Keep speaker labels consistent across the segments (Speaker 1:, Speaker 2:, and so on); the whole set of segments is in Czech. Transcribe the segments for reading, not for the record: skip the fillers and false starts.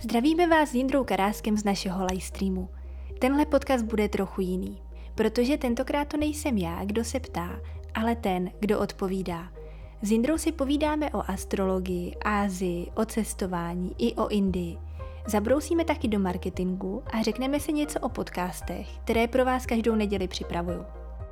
Speaker 1: Zdravíme vás s Jindrou Karáskem z našeho livestreamu. Tenhle podcast bude trochu jiný, protože tentokrát to nejsem já, kdo se ptá, ale ten, kdo odpovídá. S Jindrou si povídáme o astrologii, Asii, o cestování i o Indii. Zabrousíme taky do marketingu a řekneme si něco o podcastech, které pro vás každou neděli připravuju.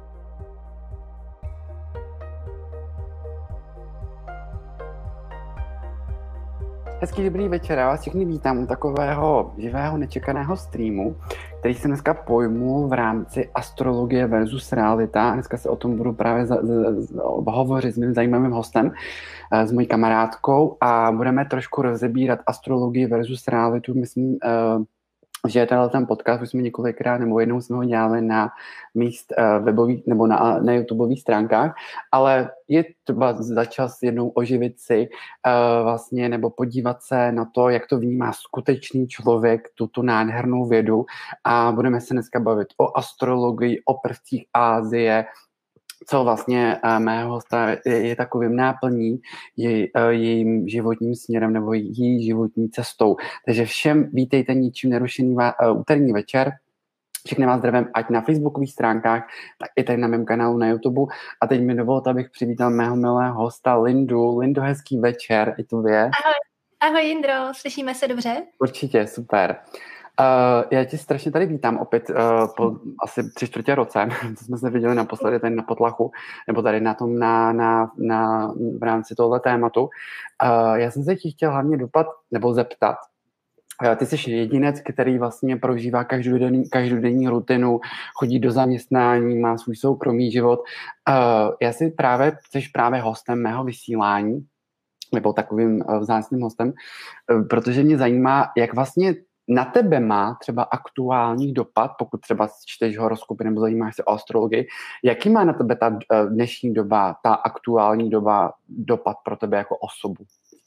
Speaker 2: Hezký dobrý večer, já vás všechny vítám u takového živého nečekaného streamu, který se dneska pojmu v rámci astrologie versus realita. Dneska se o tom budu právě hovořit s mým zajímavým hostem, s mojí kamarádkou a budeme trošku rozebírat astrologii versus realitu. Myslím, že ten podcast už jsme několikrát nebo jednou jsme ho dělali na mých webových nebo na YouTubeových stránkách, ale je třeba začas jednou oživit si vlastně nebo podívat se na to, jak to vnímá skutečný člověk, tuto nádhernou vědu a budeme se dneska bavit o astrologii, o prvcích Asie, co vlastně mého hosta je takovým náplní jejím životním směrem nebo její životní cestou. Takže všem vítejte ničím nerušený úterní večer. Všechny vás zdravím, ať na facebookových stránkách, tak i tady na mém kanálu na YouTube. A teď mi dovolte, abych přivítal mého milého hosta Lindu. Lindo, hezký večer, i tobě.
Speaker 1: Ahoj, ahoj Jindro, slyšíme se dobře?
Speaker 2: Určitě, super. Já tě strašně tady vítám opět po asi 3/4 roce, co jsme se viděli naposledy tady na Potlachu, nebo tady na tom v rámci tohle tématu. Já jsem se tě chtěl hlavně zeptat. Ty jsi jedinec, který vlastně prožívá každodenní rutinu, chodí do zaměstnání, má svůj soukromý život. Jsi právě hostem mého vysílání, nebo takovým vzácným hostem, protože mě zajímá, jak vlastně na tebe má třeba aktuální dopad, pokud třeba čteš horoskopy nebo zajímáš se o astrologii, jaký má na tebe ta dnešní doba, ta aktuální doba dopad pro tebe jako osobu?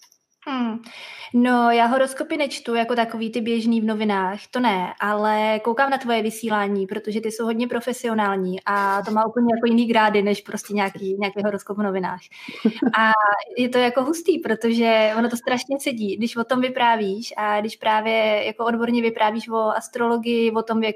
Speaker 1: No, já horoskopy nečtu jako takový ty běžný v novinách, to ne, ale koukám na tvoje vysílání, protože ty jsou hodně profesionální a to má úplně jako jiný grády, než prostě nějaký horoskop v novinách. A je to jako hustý, protože ono to strašně sedí, když o tom vyprávíš a když právě jako odborně vyprávíš o astrologii, o tom,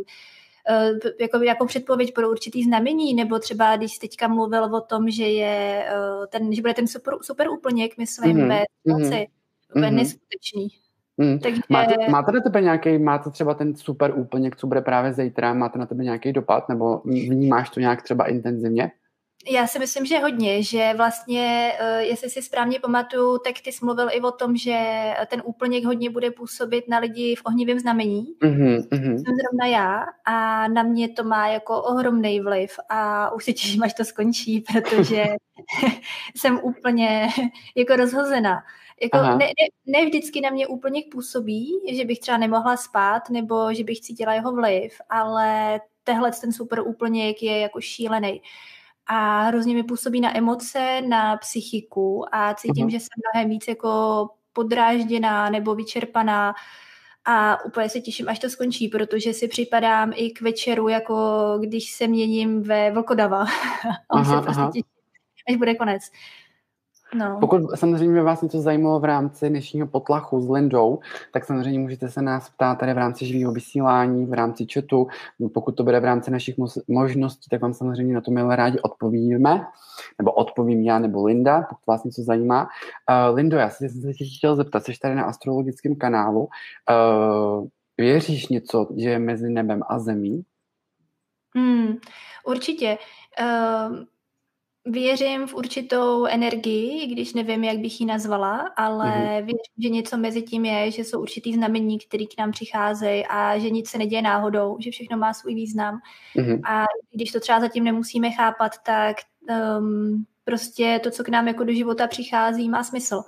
Speaker 1: jako předpověď pro určitý znamení, nebo třeba když jsi teďka mluvil o tom, že že bude ten super úplněk, myslím, ve noci, úplně neskutečný.
Speaker 2: Takže... Máte na tebe máte třeba ten super úplněk, co bude právě zítra, máte na tebe nějaký dopad, nebo vnímáš to nějak třeba intenzivně?
Speaker 1: Já si myslím, že hodně, že vlastně, jestli si správně pamatuju, tak ty jsi mluvil i o tom, že ten úplněk hodně bude působit na lidi v ohnivém znamení. Jsem zrovna já a na mě to má jako ohromný vliv a už se těším, až to skončí, protože jsem úplně jako rozhozená. Jako ne vždycky na mě úplněk působí, že bych třeba nemohla spát nebo že bych cítila jeho vliv, ale ten super úplněk je jako šílený. A hrozně mi působí na emoce, na psychiku a cítím, že jsem mnohem víc jako podrážděná nebo vyčerpaná a úplně se těším, až to skončí, protože si připadám i k večeru, jako když se měním ve vlkodava. On se prostě těší, až bude konec. No.
Speaker 2: Pokud samozřejmě vás něco zajímalo v rámci dnešního Potlachu s Lindou, tak samozřejmě můžete se nás ptát tady v rámci živého vysílání, v rámci chatu. Pokud to bude v rámci našich možností, tak vám samozřejmě na to milé rádi odpovíme. Nebo odpovím já nebo Linda, pokud vás něco zajímá. Lindo, já jsem se chtěl zeptat, jsi tady na astrologickém kanálu. Věříš něco, že je mezi nebem a zemí?
Speaker 1: Určitě. Věřím v určitou energii, když nevím, jak bych ji nazvala, ale věřím, že něco mezi tím je, že jsou určitý znamení, které k nám přicházejí a že nic se neděje náhodou, že všechno má svůj význam. A když to třeba zatím nemusíme chápat, tak prostě to, co k nám jako do života přichází, má smysl.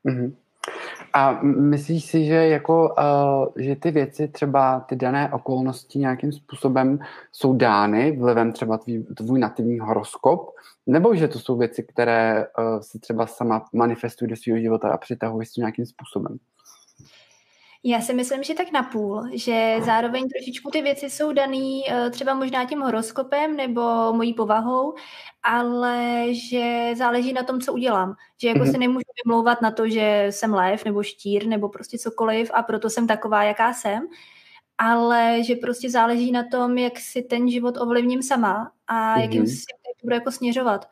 Speaker 2: A myslíš si, že že ty věci, třeba ty dané okolnosti nějakým způsobem jsou dány vlivem třeba tvůj nativní horoskop, nebo že to jsou věci, které si třeba sama manifestují do svého života a přitahují to nějakým způsobem?
Speaker 1: Já si myslím, že tak napůl, že zároveň trošičku ty věci jsou daný třeba možná tím horoskopem nebo mojí povahou, ale že záleží na tom, co udělám. Že jako se nemůžu vymlouvat na to, že jsem lev nebo štír nebo prostě cokoliv a proto jsem taková, jaká jsem, ale že prostě záleží na tom, jak si ten život ovlivním sama a jakým směrem budu jako směřovat.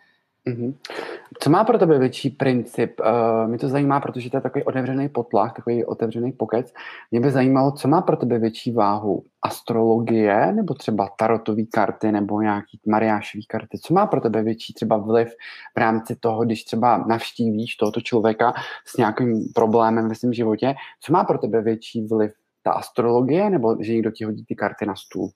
Speaker 2: Co má pro tebe větší princip? Mě to zajímá, protože to je takový otevřený potlach, takový otevřený pokec. Mě by zajímalo, co má pro tebe větší váhu? Astrologie nebo třeba tarotové karty nebo nějaký Mariášové karty? Co má pro tebe větší třeba vliv v rámci toho, když třeba navštívíš tohoto člověka s nějakým problémem ve svém životě? Co má pro tebe větší vliv? Ta astrologie nebo že někdo ti hodí ty karty na stůl?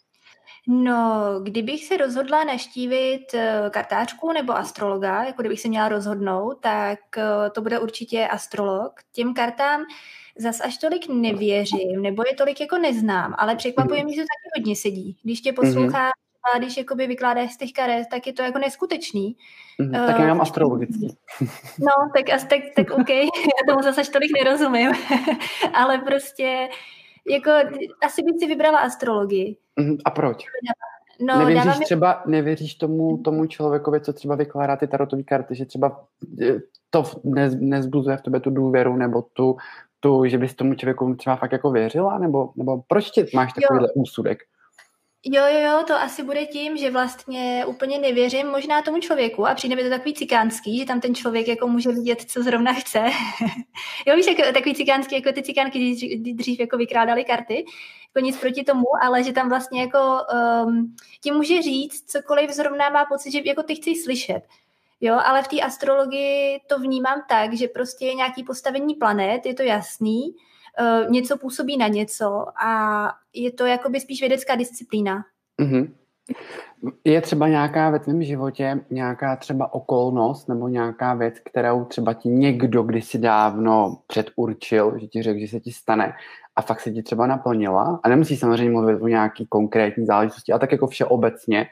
Speaker 1: No, kdybych se rozhodla navštívit kartářku nebo astrologa, jako kdybych se měla rozhodnout, tak to bude určitě astrolog. Těm kartám zas až tolik nevěřím, nebo je tolik jako neznám, ale překvapuje mě, že to taky hodně sedí. Když tě poslouchá, a když jakoby vykládáš z těch karet, tak je to jako neskutečný.
Speaker 2: Tak já mám astrologický.
Speaker 1: No, tak OK, já tomu zase až tolik nerozumím, ale prostě jako asi bych si vybrala astrologii.
Speaker 2: A proč?
Speaker 1: No,
Speaker 2: nevěříš tomu člověkovi, co třeba vykládá ty tarotové karty, že třeba to nezbuzuje v tobě tu důvěru, nebo tu, že bys tomu člověku třeba fakt jako věřila, nebo proč máš takovýhle úsudek?
Speaker 1: Jo, to asi bude tím, že vlastně úplně nevěřím možná tomu člověku a přijde mi to takový cikánský, že tam ten člověk jako může vidět, co zrovna chce. Jo, víš, jako takový cikánský, jako ty cikánky dřív jako vykrádali karty, jako nic proti tomu, ale že tam vlastně jako ti může říct cokoliv zrovna má pocit, že jako ty chceš slyšet. Jo, ale v té astrologii to vnímám tak, že prostě je nějaký postavení planet, je to jasný, něco působí na něco a je to jakoby spíš vědecká disciplína.
Speaker 2: Je třeba nějaká ve tvém životě, nějaká třeba okolnost nebo nějaká věc, kterou třeba ti někdo kdysi dávno předurčil, že ti řekl, že se ti stane a fakt se ti třeba naplnila? A nemusí samozřejmě mluvit o nějaký konkrétní záležitosti, ale tak jako všeobecně.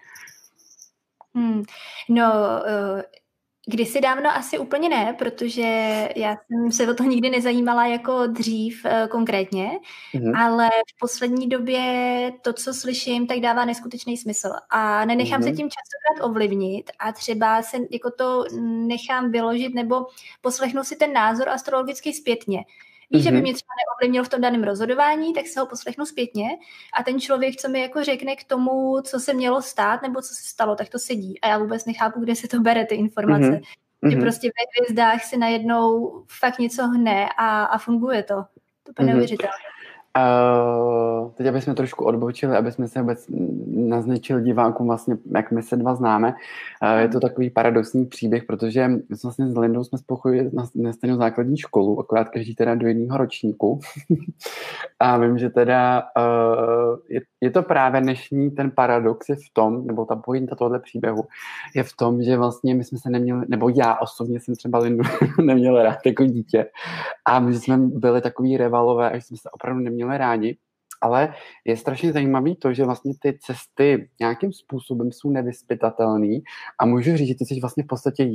Speaker 1: Kdysi dávno asi úplně ne, protože já jsem se o to nikdy nezajímala jako dřív konkrétně, ale v poslední době to, co slyším, tak dává neskutečný smysl a nenechám se tím častokrát ovlivnit a třeba se jako to nechám vyložit nebo poslechnu si ten názor astrologicky zpětně. Víš, že by mě třeba neovlivnil v tom daném rozhodování, tak se ho poslechnu zpětně a ten člověk, co mi jako řekne k tomu, co se mělo stát nebo co se stalo, tak to sedí. A já vůbec nechápu, kde se to bere, ty informace. Že prostě ve hvězdách se najednou fakt něco hne a funguje to. To je neuvěřitelné.
Speaker 2: Teď, aby jsme trošku odbočili, aby jsme se vůbec naznačili divákům vlastně, jak my se dva známe. Je to takový paradoxní příběh, protože my vlastně s Lindou jsme spolu chodili na stejnou základní školu, akorát každý teda do jednoho ročníku. A vím, že teda je to právě dnešní ten paradox je v tom, nebo ta pointa tohoto příběhu je v tom, že vlastně my jsme se neměli, nebo já osobně jsem třeba Lindu neměl rád jako dítě. A my jsme byli takový rivalové, až jsme se opravdu neměli rádi. Ale je strašně zajímavý to, že vlastně ty cesty nějakým způsobem jsou nevyzpytatelný a můžu říct, že ty jsi vlastně v podstatě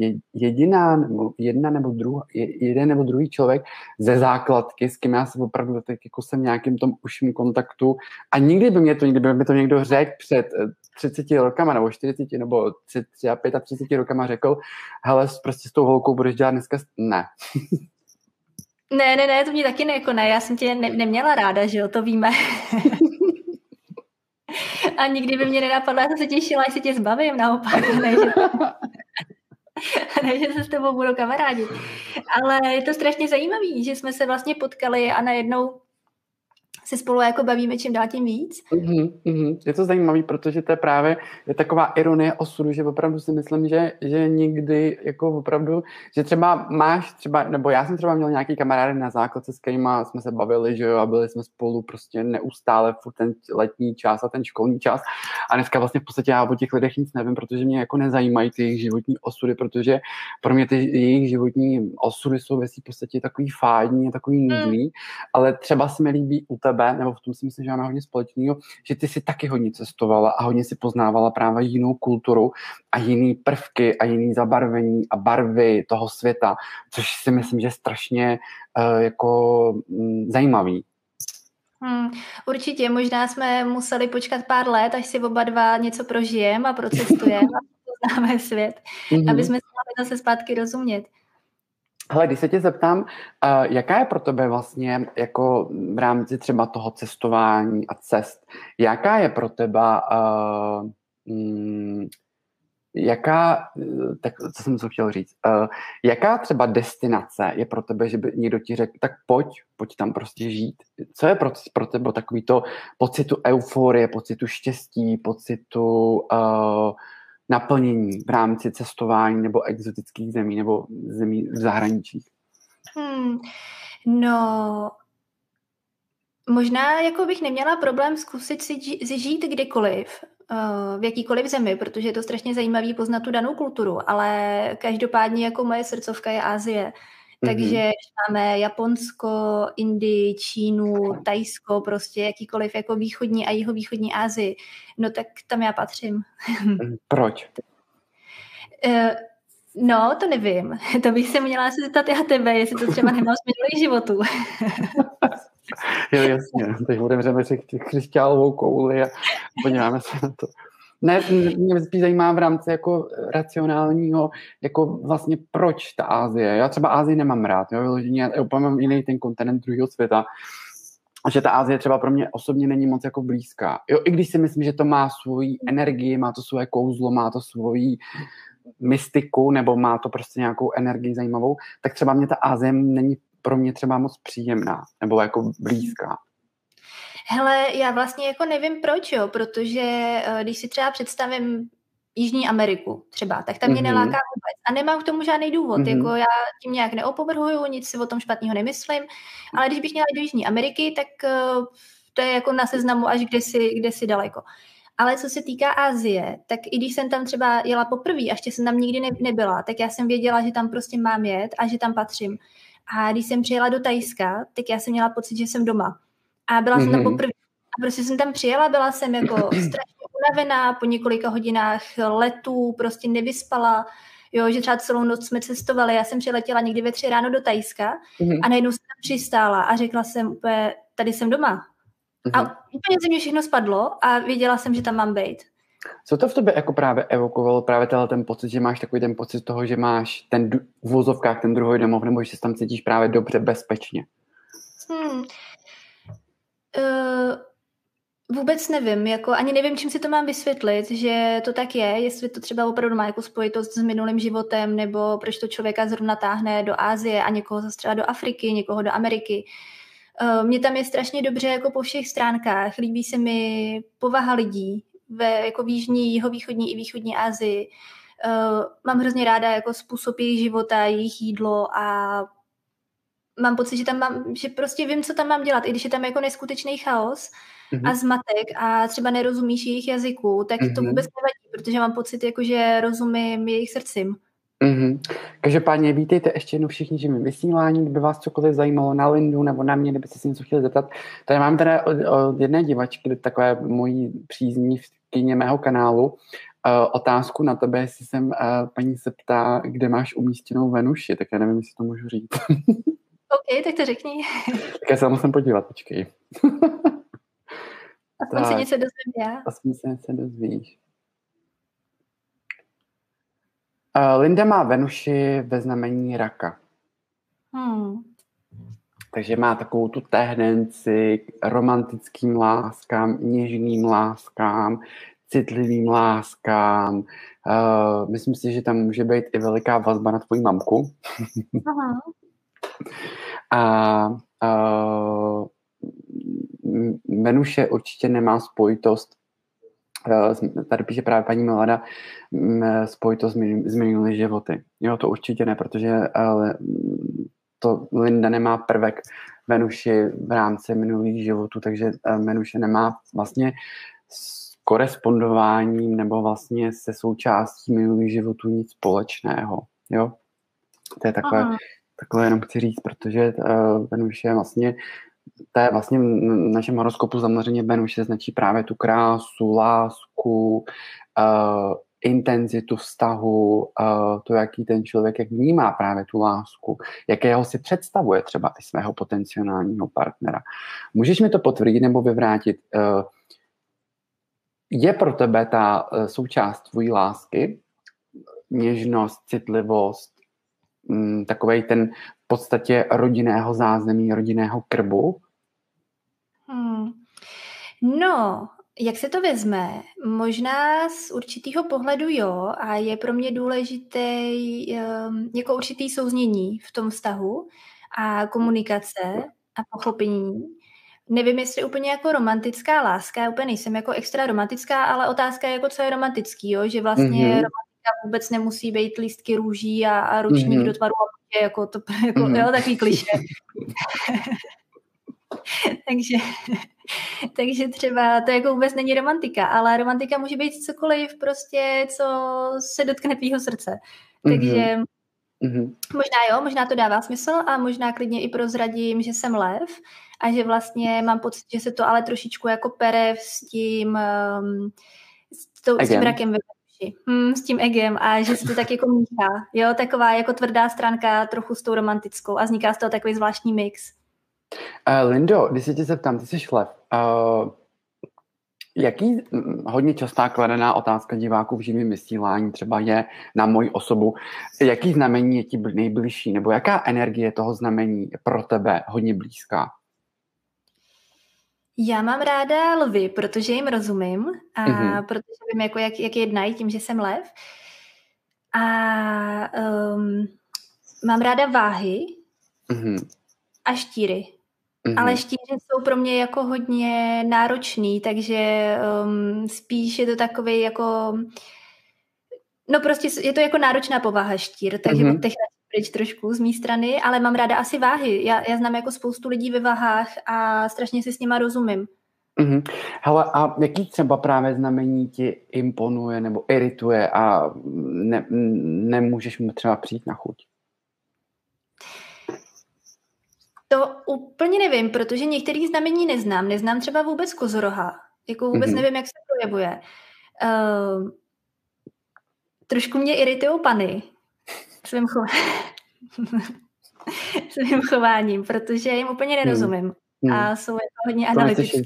Speaker 2: jeden nebo druhý člověk ze základky, s kým já jsem opravdu tak jako jsem v nějakým tom užším kontaktu a nikdy by mi to někdo řekl před 30 rokama nebo 40 nebo 35 rokama řekl, hele, prostě s tou holkou budeš dělat dneska, ne.
Speaker 1: Ne, to mě taky ne, já jsem tě neměla ráda, že jo, to víme. A nikdy by mě nenapadlo, já jsem se těšila, jestli tě zbavím, naopak, ne, že se s tebou budou kamarádi. Ale je to strašně zajímavý, že jsme se vlastně potkali a najednou se spolu jako bavíme čím dál tím víc.
Speaker 2: Je to zajímavý, protože to je právě taková ironie osudu, že opravdu si myslím, že nikdy jako opravdu, že třeba nebo já jsem třeba měl nějaký kamarády na základce, s kterýma jsme se bavili, že jo, a byli jsme spolu prostě neustále furt ten letní čas a ten školní čas a dneska vlastně v podstatě já o těch lidech nic nevím, protože mě jako nezajímají ty jejich životní osudy, protože pro mě ty jejich životní osudy jsou věci v podstatě takový fádní, takový nudný, ale třeba se mi líbí u tebe, nebo v tom si myslím, že máme hodně společného, že ty si taky hodně cestovala a hodně si poznávala právě jinou kulturu a jiný prvky a jiný zabarvení a barvy toho světa, což si myslím, že je strašně jako zajímavý.
Speaker 1: Určitě, možná jsme museli počkat pár let, až si oba dva něco prožijeme a procestujeme a poznáme svět, aby jsme si mohli zase zpátky rozumět.
Speaker 2: Hele, když se tě zeptám, jaká je pro tebe vlastně jako v rámci třeba toho cestování a cest, jaká je pro teba, tak co jsem chtěl říct, jaká třeba destinace je pro tebe, že by někdo ti řekl, tak pojď tam prostě žít. Co je pro tebe takový to pocitu euforie, pocitu štěstí, pocitu naplnění v rámci cestování nebo exotických zemí nebo zemí v zahraničí?
Speaker 1: No, možná jako bych neměla problém zkusit si žít kdekoliv, v jakýkoliv zemi, protože je to strašně zajímavý poznat tu danou kulturu, ale každopádně jako moje srdcovka je Asie. Takže máme Japonsko, Indii, Čínu, Thajsko, prostě jakýkoliv jako východní a jihovýchodní Asii. No tak tam já patřím.
Speaker 2: Proč?
Speaker 1: No, to nevím. To bych se měla asi zeptat já tebe, jestli to třeba nemám z minulých životů.
Speaker 2: Jo, jasně. Teď budeme řešit křišťálovou kouli a podíváme se na to. Ne, mě spíš zajímá v rámci jako racionálního, jako vlastně proč ta Asie. Já třeba Asii nemám rád, jo, já úplně mám jiný ten kontinent druhého světa, že ta Asie třeba pro mě osobně není moc jako blízká. Jo, i když si myslím, že to má svoji energii, má to svoje kouzlo, má to svoji mystiku, nebo má to prostě nějakou energii zajímavou, tak třeba mě ta Asie není pro mě třeba moc příjemná, nebo jako blízká.
Speaker 1: Hele, já vlastně jako nevím proč, jo, protože když si třeba představím Jižní Ameriku třeba, tak tam mě neláká vůbec. A nemám k tomu žádný důvod. Jako já tím nějak neopovrhuju, nic si o tom špatného nemyslím, ale když bych měla jít do Jižní Ameriky, tak to je jako na seznamu až kdesi daleko. Ale co se týká Asie, tak i když jsem tam třeba jela poprvé, a ještě jsem tam nikdy nebyla, tak já jsem věděla, že tam prostě mám jet a že tam patřím. A když jsem přijela do Thajska, tak já jsem měla pocit, že jsem doma. A byla jsem tam poprvé. A prostě jsem tam přijela, byla jsem jako strašně unavená, po několika hodinách letů, prostě nevyspala, jo, že třeba celou noc jsme cestovali. Já jsem přiletěla někdy ve 3 ráno do Thajska a najednou jsem tam přistála a řekla jsem úplně, tady jsem doma. A úplně ze mě všechno spadlo a věděla jsem, že tam mám být.
Speaker 2: Co to v tobě jako právě evokovalo, právě ten pocit, že máš takový ten pocit toho, že máš ten v vozovkách ten druhý domov, nebo že se tam cítíš právě dobře, bezpečně?
Speaker 1: Vůbec nevím, jako ani nevím, čím si to mám vysvětlit, že to tak je, jestli to třeba opravdu má jako spojitost s minulým životem, nebo proč to člověka zrovna táhne do Asie a někoho zase třeba do Afriky, někoho do Ameriky. Mně tam je strašně dobře jako po všech stránkách, líbí se mi povaha lidí jako v jižní, jihovýchodní i východní Asii. Mám hrozně ráda jako způsob jejich života, jejich jídlo a mám pocit, že prostě vím, co tam mám dělat, i když je tam jako neskutečný chaos a zmatek a třeba nerozumíš jejich jazyku, tak to vůbec nevadí, protože mám pocit, jako, že rozumím jejich srdcím.
Speaker 2: Každopádně vítejte ještě jednou všichni živým vysílání, kdyby vás cokoliv zajímalo na Lindu nebo na mě, kdybyste si něco chtěli zeptat. Tady mám teda od jedné divačky, takové mojí příznivkyně mého kanálu, otázku na tebe, jestli jsem paní se ptá, kde máš umístěnou Venuši, tak já nevím, jestli to můžu říct.
Speaker 1: OK, tak to řekni.
Speaker 2: Tak já se musím podívat, počkej.
Speaker 1: Aspoň se něco dozvím já.
Speaker 2: Aspoň se něco dozvíš. Linda má Venuši ve znamení Raka. Takže má takovou tu tendenci k romantickým láskám, něžným láskám, citlivým láskám. Myslím si, že tam může být i veliká vazba na tvoji mamku. Venuše určitě nemá spojitost, tady píše právě paní Milada, spojitost s minulými životy. Jo, to určitě ne, protože to Linda nemá prvek Venuši v rámci minulých životů, takže Venuše nemá vlastně s korespondováním nebo vlastně se součástí minulých životů nic společného. Jo? To je takhle jenom chci říct, protože Venuše vlastně to je vlastně v našem horoskopu samozřejmě Venuše značí právě tu krásu, lásku, intenzitu vztahu, to, jaký ten člověk, jak vnímá právě tu lásku, jakého si představuje třeba i svého potenciálního partnera. Můžeš mi to potvrdit nebo vyvrátit? Je pro tebe ta součást tvojí lásky, něžnost, citlivost, takovej ten v podstatě rodinného zázemí, rodinného krbu?
Speaker 1: No, jak se to vezme? Možná z určitého pohledu jo, a je pro mě důležitý jako určitý souznění v tom vztahu a komunikace a pochopení. Nevím, jestli úplně jako romantická láska, já úplně nejsem jako extra romantická, ale otázka je jako, co je romantický, jo? Že vlastně romantika vůbec nemusí být lístky růží a ručník do tvaru a jako to jako, jo, takový klišé. takže třeba to jako vůbec není romantika, ale romantika může být cokoliv prostě, co se dotkne tvýho srdce. Takže možná jo, možná to dává smysl a možná klidně i prozradím, že jsem lev a že vlastně mám pocit, že se to ale trošičku jako pere s tím rakem ve duši, s tím egem a že se to tak jako míchá. Jo, taková jako tvrdá stránka trochu s tou romantickou a vzniká z toho takový zvláštní mix.
Speaker 2: Lindo, když se tě zeptám, ty jsi lev. Jaký hodně častá kladená otázka diváků v živém vysílání třeba je na moji osobu, jaký znamení je ti nejbližší, nebo jaká energie toho znamení je pro tebe hodně blízká?
Speaker 1: Já mám ráda lvy, protože jim rozumím a protože vím, jako jak jednají tím, že jsem lev. A mám ráda váhy a štíry. Ale štíři jsou pro mě jako hodně náročný, takže spíš je to takový jako... No prostě je to jako náročná povaha štír, takže od těch pryč trošku z mý strany, ale mám ráda asi váhy. Já znám jako spoustu lidí ve váhách a strašně si s nima rozumím.
Speaker 2: Hele, a jaký třeba právě znamení ti imponuje nebo irituje a nemůžeš mu třeba přijít na chuť?
Speaker 1: To úplně nevím, protože některých znamení neznám. Neznám třeba vůbec kozoroha. Jako vůbec nevím, jak se projevuje. Trošku mě iritujou pany svým chováním, protože jim úplně nerozumím. A jsou jako hodně analytický.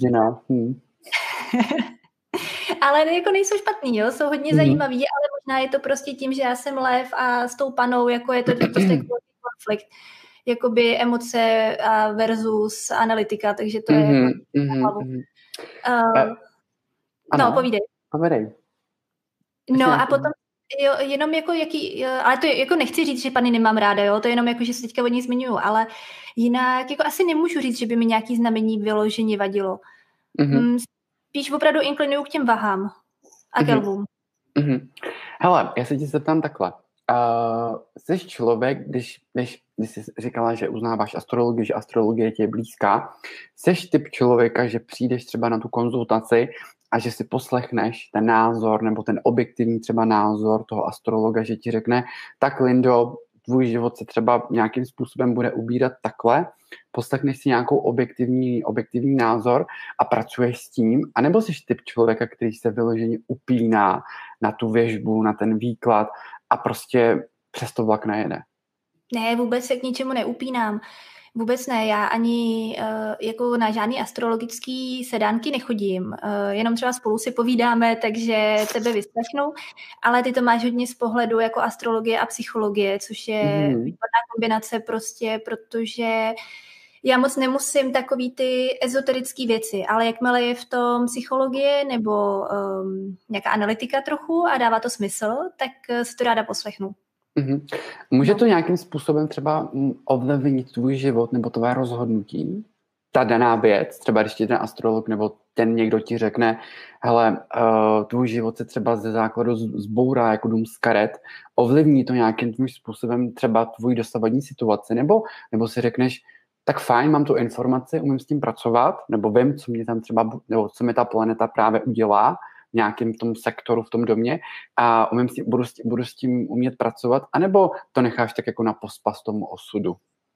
Speaker 1: Ale jako nejsou špatný, jo? Jsou hodně zajímaví, ale možná je to prostě tím, že já jsem lev a s tou panou jako je to prostě konflikt. Jakoby emoce versus analytika, takže to je no, povídej. No a potom jo, jenom jako ale to je, jako nechci říct, že pany nemám ráda, jo, to je jenom jako, že se teďka o nich zmiňuju, ale jinak jako asi nemůžu říct, že by mi nějaký znamení vyloženě vadilo. Spíš opravdu inklinuju k těm vahám a k lvům.
Speaker 2: Hele, já se ti zeptám takhle. Jsi člověk, když jsi říkala, že uznáváš astrologii, že astrologie tě je blízká, jsi typ člověka, že přijdeš třeba na tu konzultaci a že si poslechneš ten názor nebo ten objektivní třeba názor toho astrologa, že ti řekne, tak Lindo, tvůj život se třeba nějakým způsobem bude ubírat takhle, poslechneš si nějakou objektivní názor a pracuješ s tím, anebo jsi typ člověka, který se vyloženě upíná na tu věžbu, na ten výklad a prostě přes to vlak nejede?
Speaker 1: Ne, vůbec se k ničemu neupínám. Vůbec ne, já ani jako na žádný astrologický sedánky nechodím, jenom třeba spolu si povídáme, takže tebe vyslechnu, ale ty to máš hodně z pohledu jako astrologie a psychologie, což je výborná kombinace prostě, protože já moc nemusím takový ty ezoterické věci, ale jakmile je v tom psychologie nebo nějaká analytika trochu a dává to smysl, tak si to ráda poslechnu.
Speaker 2: Může to nějakým způsobem třeba ovlivnit tvůj život nebo tvé rozhodnutí? Ta daná věc, třeba když ti ten astrolog nebo ten někdo ti řekne, hele, tvůj život se třeba ze základu zbourá jako dům z karet, ovlivní to nějakým tvým způsobem třeba tvůj dosavadní situaci, nebo si řekneš, tak fajn, mám tu informaci, umím s tím pracovat, nebo vím, co mě tam třeba, nebo co mi ta planeta právě udělá v nějakém tom sektoru, v tom domě a budu s tím umět pracovat, anebo to necháš tak jako na pospas tomu osudu?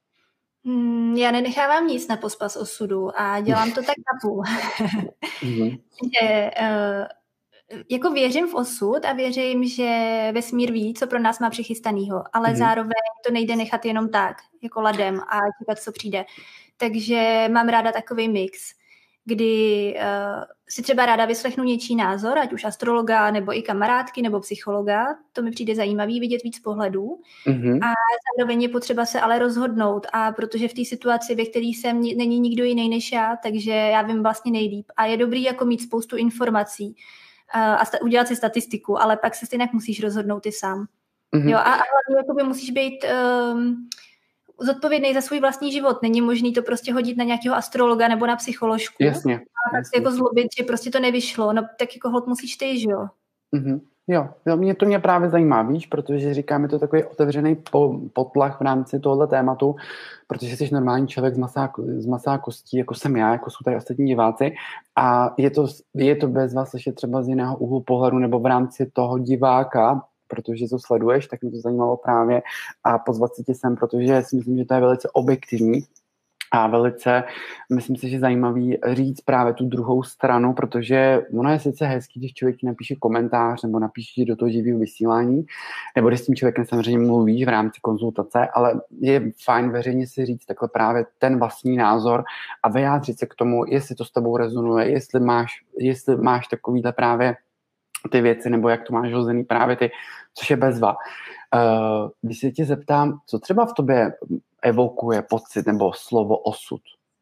Speaker 1: Já nenechávám nic na pospas osudu a dělám to tak na půl. jako věřím v osud a věřím, že vesmír ví, co pro nás má přichystanýho, ale zároveň to nejde nechat jenom tak, jako ladem a čekat, co přijde. Takže mám ráda takový mix, kdy si třeba ráda vyslechnu něčí názor, ať už astrologa, nebo i kamarádky, nebo psychologa. To mi přijde zajímavý vidět víc pohledů. A zároveň je potřeba se ale rozhodnout. A protože v té situaci, ve které jsem, není nikdo jiný než já, takže já vím vlastně nejlíp. A je dobrý jako mít spoustu informací a udělat si statistiku, ale pak se stejně musíš rozhodnout ty sám. Jo, a hlavně jakoby musíš být zodpovědný za svůj vlastní život. Není možný to prostě hodit na nějakého astrologa nebo na psycholožku.
Speaker 2: Jasně.
Speaker 1: A tak se jako zlobit, že prostě to nevyšlo. No tak jako hod musíš ty, že jo?
Speaker 2: Jo, mě právě zajímá, víš, protože říkáme to takový otevřený potlach v rámci tohoto tématu, protože jsi normální člověk z masa a kostí, jako jsem já, jako jsou tady ostatní diváci, a je to bez vás slyšet třeba z jiného úhlu pohledu nebo v rámci toho diváka, protože to sleduješ, tak mě to zajímalo právě a pozvat si tě sem, protože si myslím, že to je velice objektivní a velice, myslím si, že zajímavý říct právě tu druhou stranu, protože ono je sice hezký, když člověk ti napíše komentář nebo napíše do toho živého vysílání, nebo když s tím člověkem samozřejmě mluvíš v rámci konzultace, ale je fajn veřejně si říct takhle právě ten vlastní názor a vyjádřit se k tomu, jestli to s tebou rezonuje, jestli máš takovýhle právě ty věci, nebo jak to máš hozený právě ty, což je bezva. Když se tě zeptám, co třeba v tobě evokuje pocit nebo slovo osud?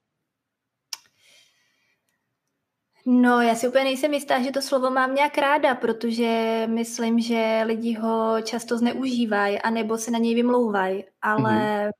Speaker 1: No, já si úplně nejsem jistá, že to slovo mám nějak ráda, protože myslím, že lidi ho často zneužívají, anebo se na něj vymlouvají, ale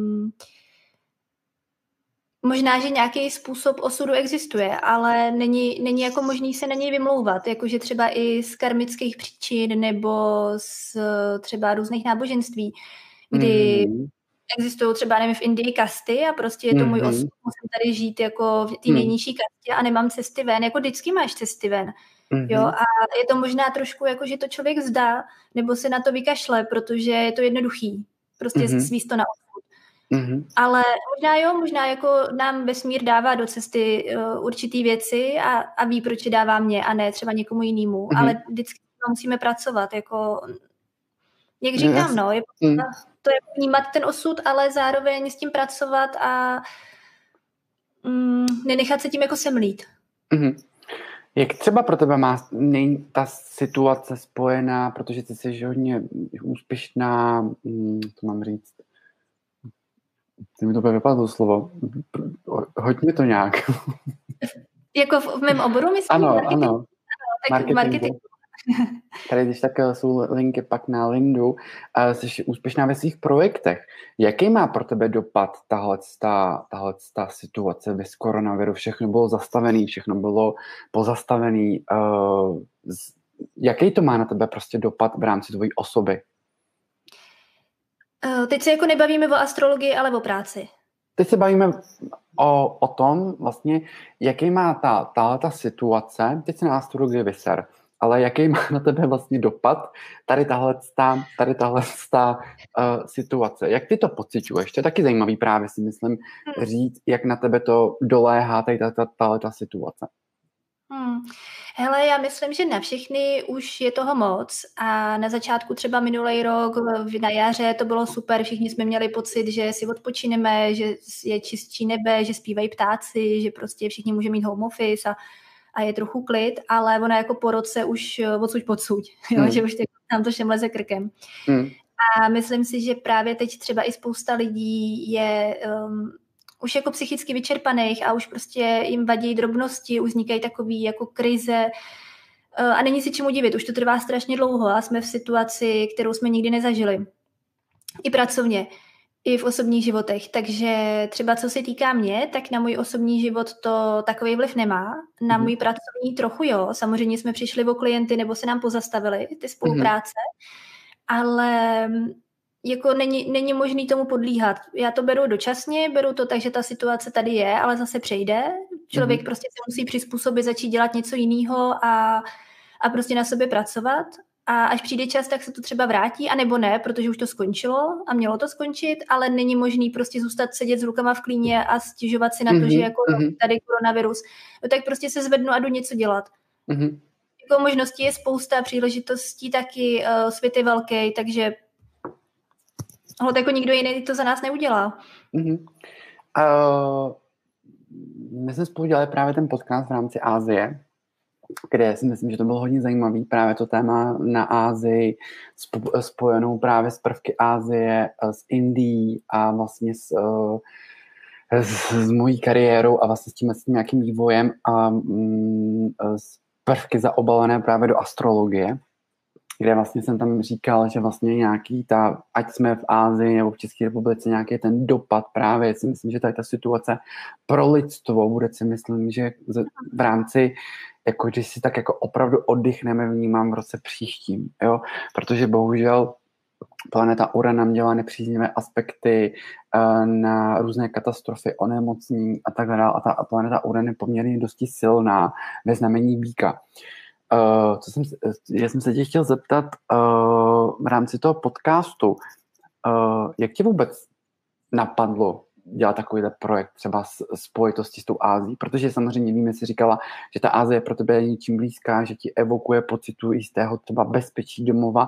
Speaker 1: možná, že nějaký způsob osudu existuje, ale není jako možný se na něj vymlouvat, jakože třeba i z karmických příčin nebo z třeba různých náboženství, kdy existují třeba, nevím, v Indii kasty a prostě je to můj osud, musím tady žít jako v té nejnižší kastě a nemám cesty ven, jako vždycky máš cesty ven. Jo, a je to možná trošku jako, že to člověk vzdá, nebo se na to vykašle, protože je to jednoduchý, prostě svíst to na osud. Ale možná jako nám vesmír dává do cesty určitý věci a ví, proč je dává mě a ne třeba někomu jinému, ale vždycky musíme pracovat, jako jak říkám, no, je to je vnímat ten osud, ale zároveň s tím pracovat a nenechat se tím jako semlít.
Speaker 2: Jak třeba pro tebe není ta situace spojená, protože ty jsi hodně úspěšná, to mám říct, ty mi to bude vypadlo slovo, hoď mi to nějak.
Speaker 1: Jako v mém oboru, myslím?
Speaker 2: Ano.
Speaker 1: Tak marketing.
Speaker 2: Tady když tak jsou linky pak na Lindu. Jsi úspěšná ve svých projektech. Jaký má pro tebe dopad tahleta situace bez koronaviru? Všechno bylo zastavené, všechno bylo pozastavené. Jaký to má na tebe prostě dopad v rámci tvojí osoby?
Speaker 1: Teď se jako nebavíme o astrologii, ale o práci.
Speaker 2: Teď se bavíme o tom vlastně, jaký má ta situace, teď se na astrologii vyser, ale jaký má na tebe vlastně dopad tady tahle situace. Jak ty to pociťuješ? To je taky zajímavý právě si myslím říct, jak na tebe to doléhá tady ta situace.
Speaker 1: Hele, já myslím, že na všechny už je toho moc a na začátku třeba minulý rok na jaře to bylo super, všichni jsme měli pocit, že si odpočineme, že je čistší nebe, že zpívají ptáci, že prostě všichni může mít home office a je trochu klid, ale ona jako po roce už odsuť, že už nám to všem leze krkem. A myslím si, že právě teď třeba i spousta lidí je už jako psychicky vyčerpaných a už prostě jim vadí drobnosti, už vznikají takový jako krize a není si čemu divit, už to trvá strašně dlouho a jsme v situaci, kterou jsme nikdy nezažili. I pracovně, i v osobních životech, takže třeba co se týká mě, tak na můj osobní život to takový vliv nemá, na můj pracovní trochu jo, samozřejmě jsme přišli o klienty nebo se nám pozastavili ty spolupráce, ale jako není možný tomu podlíhat. Já to beru dočasně, beru to tak, že ta situace tady je, ale zase přejde. Člověk prostě se musí přizpůsobit, začít dělat něco jiného a prostě na sobě pracovat. A až přijde čas, tak se to třeba vrátí, anebo ne, protože už to skončilo a mělo to skončit, ale není možný prostě zůstat sedět s rukama v klíně a stěžovat si na to, že jako tady koronavirus. No tak prostě se zvednu a jdu něco dělat. jako možností je spousta, příležitostí taky, svět je velký, takže jako nikdo jiný to za nás neudělá.
Speaker 2: Mm-hmm. My jsme spolu dělali právě ten podcast v rámci Asie, kde si myslím, že to bylo hodně zajímavý, právě to téma na Asii, spojenou právě s prvky Asie, s Indií a vlastně s mojí kariérou a vlastně s tím nějakým vývojem a s prvky zaobalené právě do astrologie, kde vlastně jsem tam říkal, že vlastně nějaký ať jsme v Asii nebo v České republice, nějaký ten dopad právě, si myslím, že tady ta situace pro lidstvo bude, si myslím, že v rámci, jako když si tak jako opravdu oddychneme, vnímám v roce příštím, jo, protože bohužel planeta Uran nám dělá nepříznivé aspekty na různé katastrofy, onemocnění a tak dále. A ta planeta Uran je poměrně dosti silná ve znamení býka. Já jsem se tě chtěl zeptat v rámci toho podcastu, jak tě vůbec napadlo dělat takovýhle projekt třeba spojitosti s tou Ázií, protože samozřejmě vím, jestli říkala, že ta Ázie pro tebe je něčím blízká, že ti evokuje pocitu jistého třeba bezpečí domova.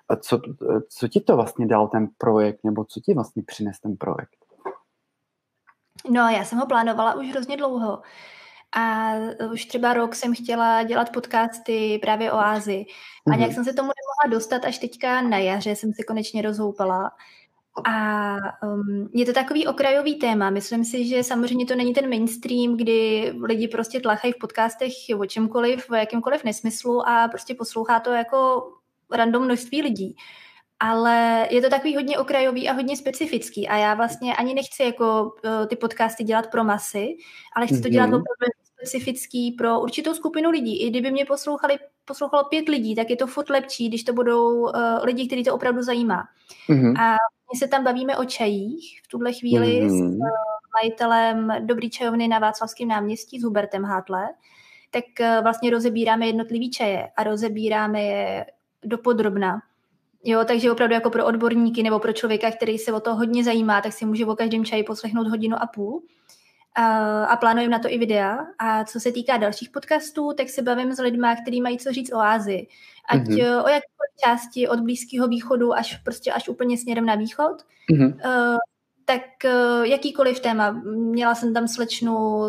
Speaker 2: Co ti to vlastně dal ten projekt, nebo co ti vlastně přines ten projekt?
Speaker 1: No, já jsem ho plánovala už hrozně dlouho. A už třeba rok jsem chtěla dělat podcasty právě o Ázii. A nějak jsem se tomu nemohla dostat, až teďka na jaře jsem se konečně rozhoupala. A je to takový okrajový téma. Myslím si, že samozřejmě to není ten mainstream, kdy lidi prostě tlachají v podcastech o čemkoliv, o jakýmkoliv nesmyslu a prostě poslouchá to jako random množství lidí. Ale je to takový hodně okrajový a hodně specifický a já vlastně ani nechci jako ty podcasty dělat pro masy, ale chci to dělat opravdu specifický pro určitou skupinu lidí. I kdyby mě poslouchalo 5 lidí, tak je to furt lepší, když to budou lidi, kteří to opravdu zajímá. A my se tam bavíme o čajích v tuhle chvíli s majitelem Dobrý čajovny na Václavském náměstí s Hubertem Hátle, tak vlastně rozebíráme jednotlivý čaje a rozebíráme je dopodrobna. Jo, takže opravdu jako pro odborníky nebo pro člověka, který se o to hodně zajímá, tak si může o každém čaji poslechnout 1.5 hodiny. A plánujeme na to i videa. A co se týká dalších podcastů, tak se bavím s lidmi, kteří mají co říct o Asii. Ať o jakékoliv části od Blízkého východu až úplně směrem na východ. Tak jakýkoliv téma. Měla jsem tam slečnu,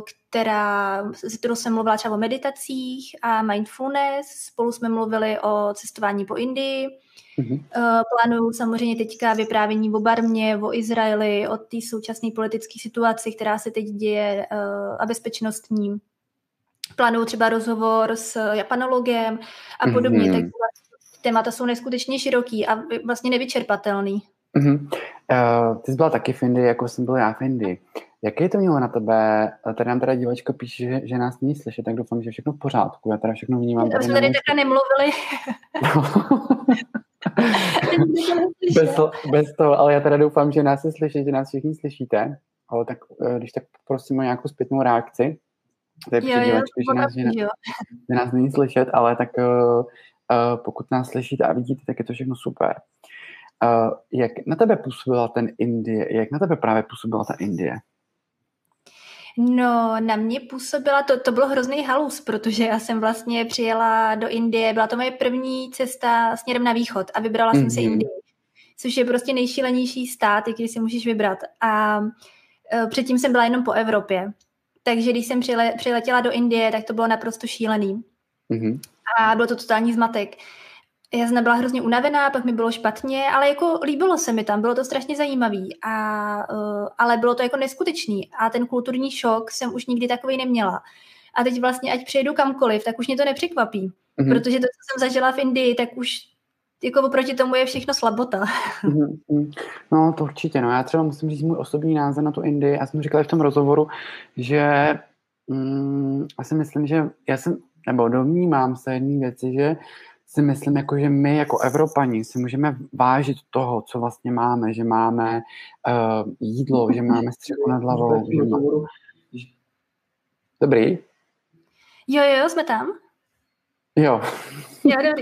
Speaker 1: s kterou jsem mluvila třeba o meditacích a mindfulness. Spolu jsme mluvili o cestování po Indii. Plánuju samozřejmě teďka vyprávění o Barmě, o Izraeli, o té současné politické situaci, která se teď děje a bezpečnostní. Plánuju třeba rozhovor s japanologem a podobně. Tak témata jsou neskutečně široký a vlastně nevyčerpatelný.
Speaker 2: Ty jsi byla taky v Indii, jako jsem byl já v Indii. Jaké to mělo na tebe? Tady nám teda divačka píše, že nás není slyšet, tak doufám, že je všechno v pořádku. Já teda všechno vnímám.
Speaker 1: Jsme tady takhle nemluvili.
Speaker 2: bez toho, ale já teda doufám, že nás je slyšet, že nás všichni slyšíte. Ale tak, když tak prosím o nějakou zpětnou reakci. To je divačka, že nás není slyšet, ale tak pokud nás slyšíte a vidíte, tak je to všechno super. Jak na tebe působila jak na tebe právě působila ta Indie?
Speaker 1: No, na mě působila, to bylo hrozný halus, protože já jsem vlastně přijela do Indie, byla to moje první cesta směrem na východ a vybrala jsem si Indii, což je prostě nejšílenější stát, jaký si můžeš vybrat. A předtím jsem byla jenom po Evropě, takže když jsem přiletěla do Indie, tak to bylo naprosto šílený. A bylo to totální zmatek. Já jsem byla hrozně unavená, pak mi bylo špatně, ale jako líbilo se mi tam, bylo to strašně zajímavý, ale bylo to jako neskutečný a ten kulturní šok jsem už nikdy takovej neměla. A teď vlastně, ať přijedu kamkoliv, tak už mě to nepřekvapí, protože to, co jsem zažila v Indii, tak už jako oproti tomu je všechno slabota.
Speaker 2: No to určitě, no já třeba musím říct můj osobní názor na tu Indii, já jsem říkala v tom rozhovoru, že já si myslím, že domnívám se jedné věci, že si myslím, jako, že my jako Evropani si můžeme vážit toho, co vlastně máme, že máme jídlo, že máme střechu nad hlavou. Dobrý?
Speaker 1: Jo, jsme tam.
Speaker 2: Jo.
Speaker 1: Jo, dobrý.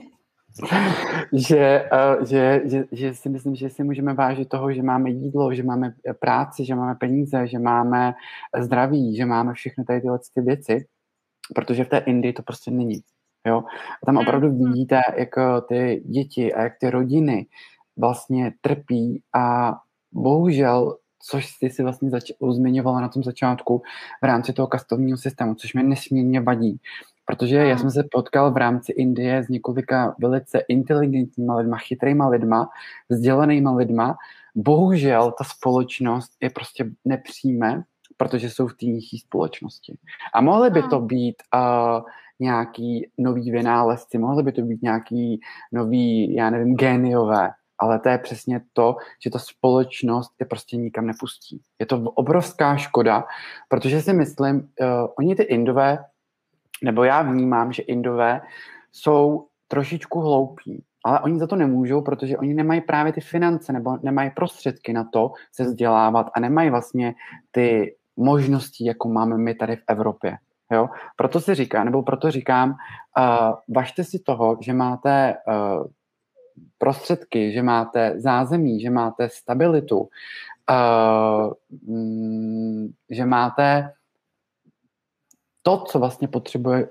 Speaker 2: že si myslím, že si můžeme vážit toho, že máme jídlo, že máme práci, že máme peníze, že máme zdraví, že máme všechny tady tyhle věci, protože v té Indii to prostě není. Jo? A tam opravdu vidíte, jak ty děti a jak ty rodiny vlastně trpí a bohužel, což ty si vlastně zmiňovala na tom začátku v rámci toho kastovního systému, což mě nesmírně vadí. Protože já jsem se potkal v rámci Indie s několika velice inteligentníma lidma, chytrýma lidma, vzdělanýma lidma. Bohužel ta společnost je prostě nepřijme, protože jsou v té nižší společnosti. A mohly by to být nějaký nový vynálezci, mohly by to být nějaký nový, já nevím, géniové, ale to je přesně to, že ta společnost je prostě nikam nepustí. Je to obrovská škoda, protože si myslím, oni ty Indové, nebo já vnímám, že Indové jsou trošičku hloupí, ale oni za to nemůžou, protože oni nemají právě ty finance nebo nemají prostředky na to se vzdělávat a nemají vlastně ty možnosti, jako máme my tady v Evropě. Jo? Proto si říkám, nebo proto říkám, važte si toho, že máte prostředky, že máte zázemí, že máte stabilitu, že máte to, co vlastně potřebuje,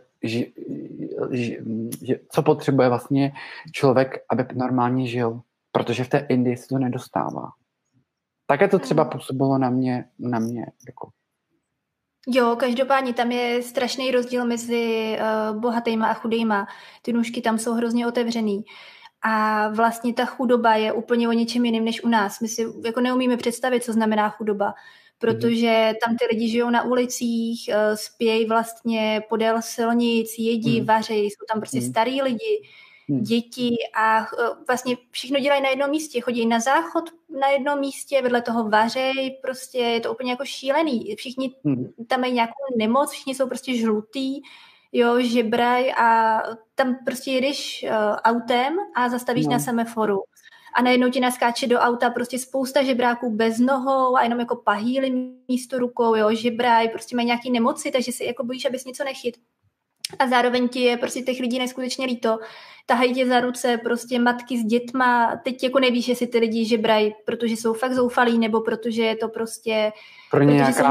Speaker 2: co potřebuje vlastně člověk, aby normálně žil, protože v té Indii se to nedostává. Také to třeba působilo na mě jako.
Speaker 1: Jo, každopádně tam je strašný rozdíl mezi bohatýma a chudýma. Ty nůžky tam jsou hrozně otevřený. A vlastně ta chudoba je úplně o něčem jiným než u nás. My si jako neumíme představit, co znamená chudoba, protože tam ty lidi žijou na ulicích, spějí vlastně podél silnic, jedí, vaří, jsou tam prostě starý lidi, děti a vlastně všechno dělají na jednom místě. Chodí na záchod na jednom místě, vedle toho vařej, prostě je to úplně jako šílený. Všichni tam mají nějakou nemoc, všichni jsou prostě žlutý, jo, žebraj a tam prostě jedeš autem a zastavíš na semaforu. A najednou ti naskáče do auta prostě spousta žebráků bez nohou a jenom jako pahýly místo rukou, jo, žebraj, prostě mají nějaký nemoci, takže si jako bojíš, abys něco nechyt. A zároveň ti je prostě těch lidí neskutečně líto. Tahají tě za ruce prostě matky s dětma. Teď jako nevíš, jestli ty lidi žebrají, protože jsou fakt zoufalí, nebo protože je to prostě...
Speaker 2: Pro nějaká...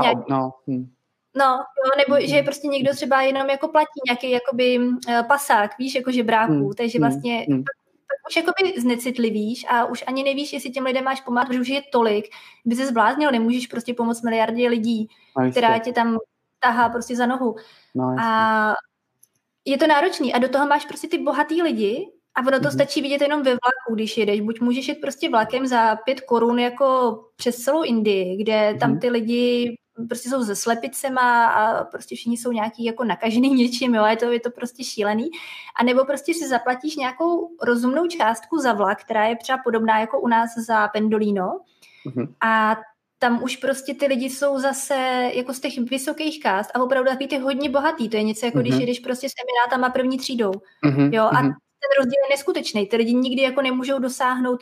Speaker 1: No, nebo že prostě někdo třeba jenom jako platí nějaký jakoby pasák, víš, jako žebráků, takže vlastně tak už jakoby znecitlivíš a už ani nevíš, jestli těm lidem máš pomáhat, protože už je tolik, by se zbláznil, nemůžeš prostě pomoct miliardě lidí, která tě tam tahá prostě za nohu. A je to náročný a do toho máš prostě ty bohatý lidi a ono to stačí vidět jenom ve vlaku, když jedeš. Buď můžeš jet prostě vlakem za 5 korun jako přes celou Indii, kde tam ty lidi prostě jsou se slepicema a prostě všichni jsou nějaký jako nakažený něčím, jo, je to prostě šílený. A nebo prostě si zaplatíš nějakou rozumnou částku za vlak, která je třeba podobná jako u nás za Pendolino. A tam už prostě ty lidi jsou zase jako z těch vysokých kást a opravdu takový ty hodně bohatý. To je něco jako když jedeš prostě s emirátama první třídou. Jo, a ten rozdíl je neskutečný. Ty lidi nikdy jako nemůžou dosáhnout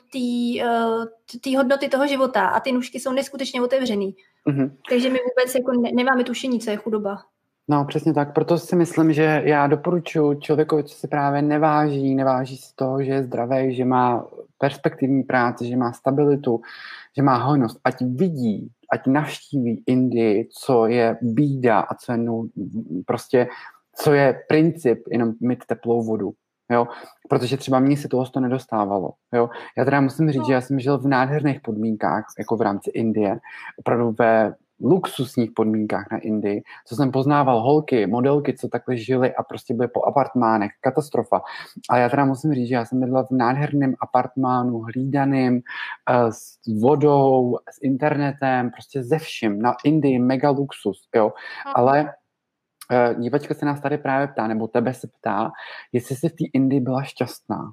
Speaker 1: té hodnoty toho života a ty nůžky jsou neskutečně otevřený. Takže my vůbec jako nemáme tušení, co je chudoba.
Speaker 2: No, přesně tak. Proto si myslím, že já doporučuji člověkovi, co si právě neváží z toho, že je zdravý, že má perspektivní práci, že má stabilitu, že má hojnost, ať vidí, ať navštíví Indii, co je bída a co je prostě, co je princip jenom mít teplou vodu. Jo? Protože třeba mně se toho nedostávalo. Jo? Já teda musím říct, že já jsem žil v nádherných podmínkách, jako v rámci Indie, opravdu ve luxusních podmínkách na Indii, co jsem poznával holky, modelky, co takhle žily a prostě byly po apartmánech, katastrofa. Ale já teda musím říct, že já jsem bydlel v nádherném apartmánu, hlídaným, s vodou, s internetem, prostě ze vším. Na Indii mega luxus, jo. Ale divačka se nás tady právě ptá, nebo tebe se ptá, jestli jsi v té Indii byla šťastná.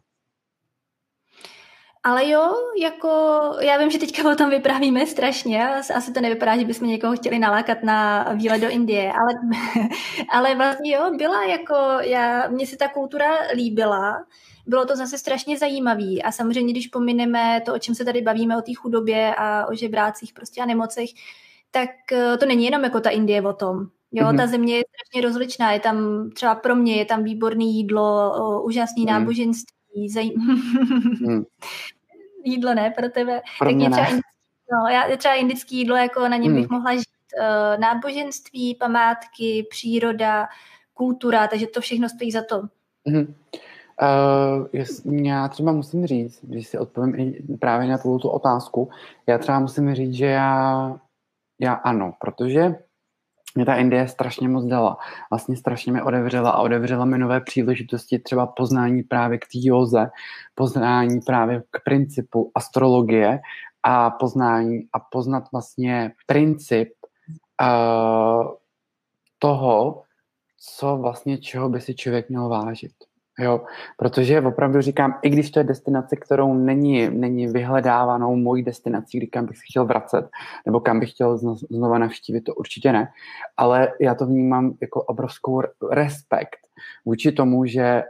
Speaker 1: Ale jo, jako já vím, že teďka o tom vyprávíme strašně, asi to nevypadá, že bychom někoho chtěli nalákat na výlet do Indie, ale vlastně jo, byla jako, mně se ta kultura líbila, bylo to zase strašně zajímavý a samozřejmě, když pomineme to, o čem se tady bavíme, o té chudobě a o žebrácích prostě a nemocech, tak to není jenom jako ta Indie o tom. Jo, ta země je strašně rozličná, je tam třeba pro mě, je tam výborný jídlo, úžasný náboženství, jídlo ne pro tebe.
Speaker 2: Pro mě
Speaker 1: tak třeba indický jídlo, jako na něm bych mohla žít. Náboženství, památky, příroda, kultura, takže to všechno stojí za to.
Speaker 2: Mhm. Já třeba musím říct, když si odpovím i právě na tu otázku, já třeba musím říct, že já ano, protože mě ta Indie strašně moc dala. Vlastně strašně mě otevřela mi nové příležitosti, třeba poznání právě k té józe, poznání právě k principu astrologie a poznat vlastně princip toho, co vlastně, čeho by si člověk měl vážit. Jo, protože opravdu říkám, i když to je destinace, kterou není vyhledávanou mojí destinací, kam bych se chtěl vracet, nebo kam bych chtěl znova navštívit, to určitě ne, ale já to vnímám jako obrovskou respekt vůči tomu, že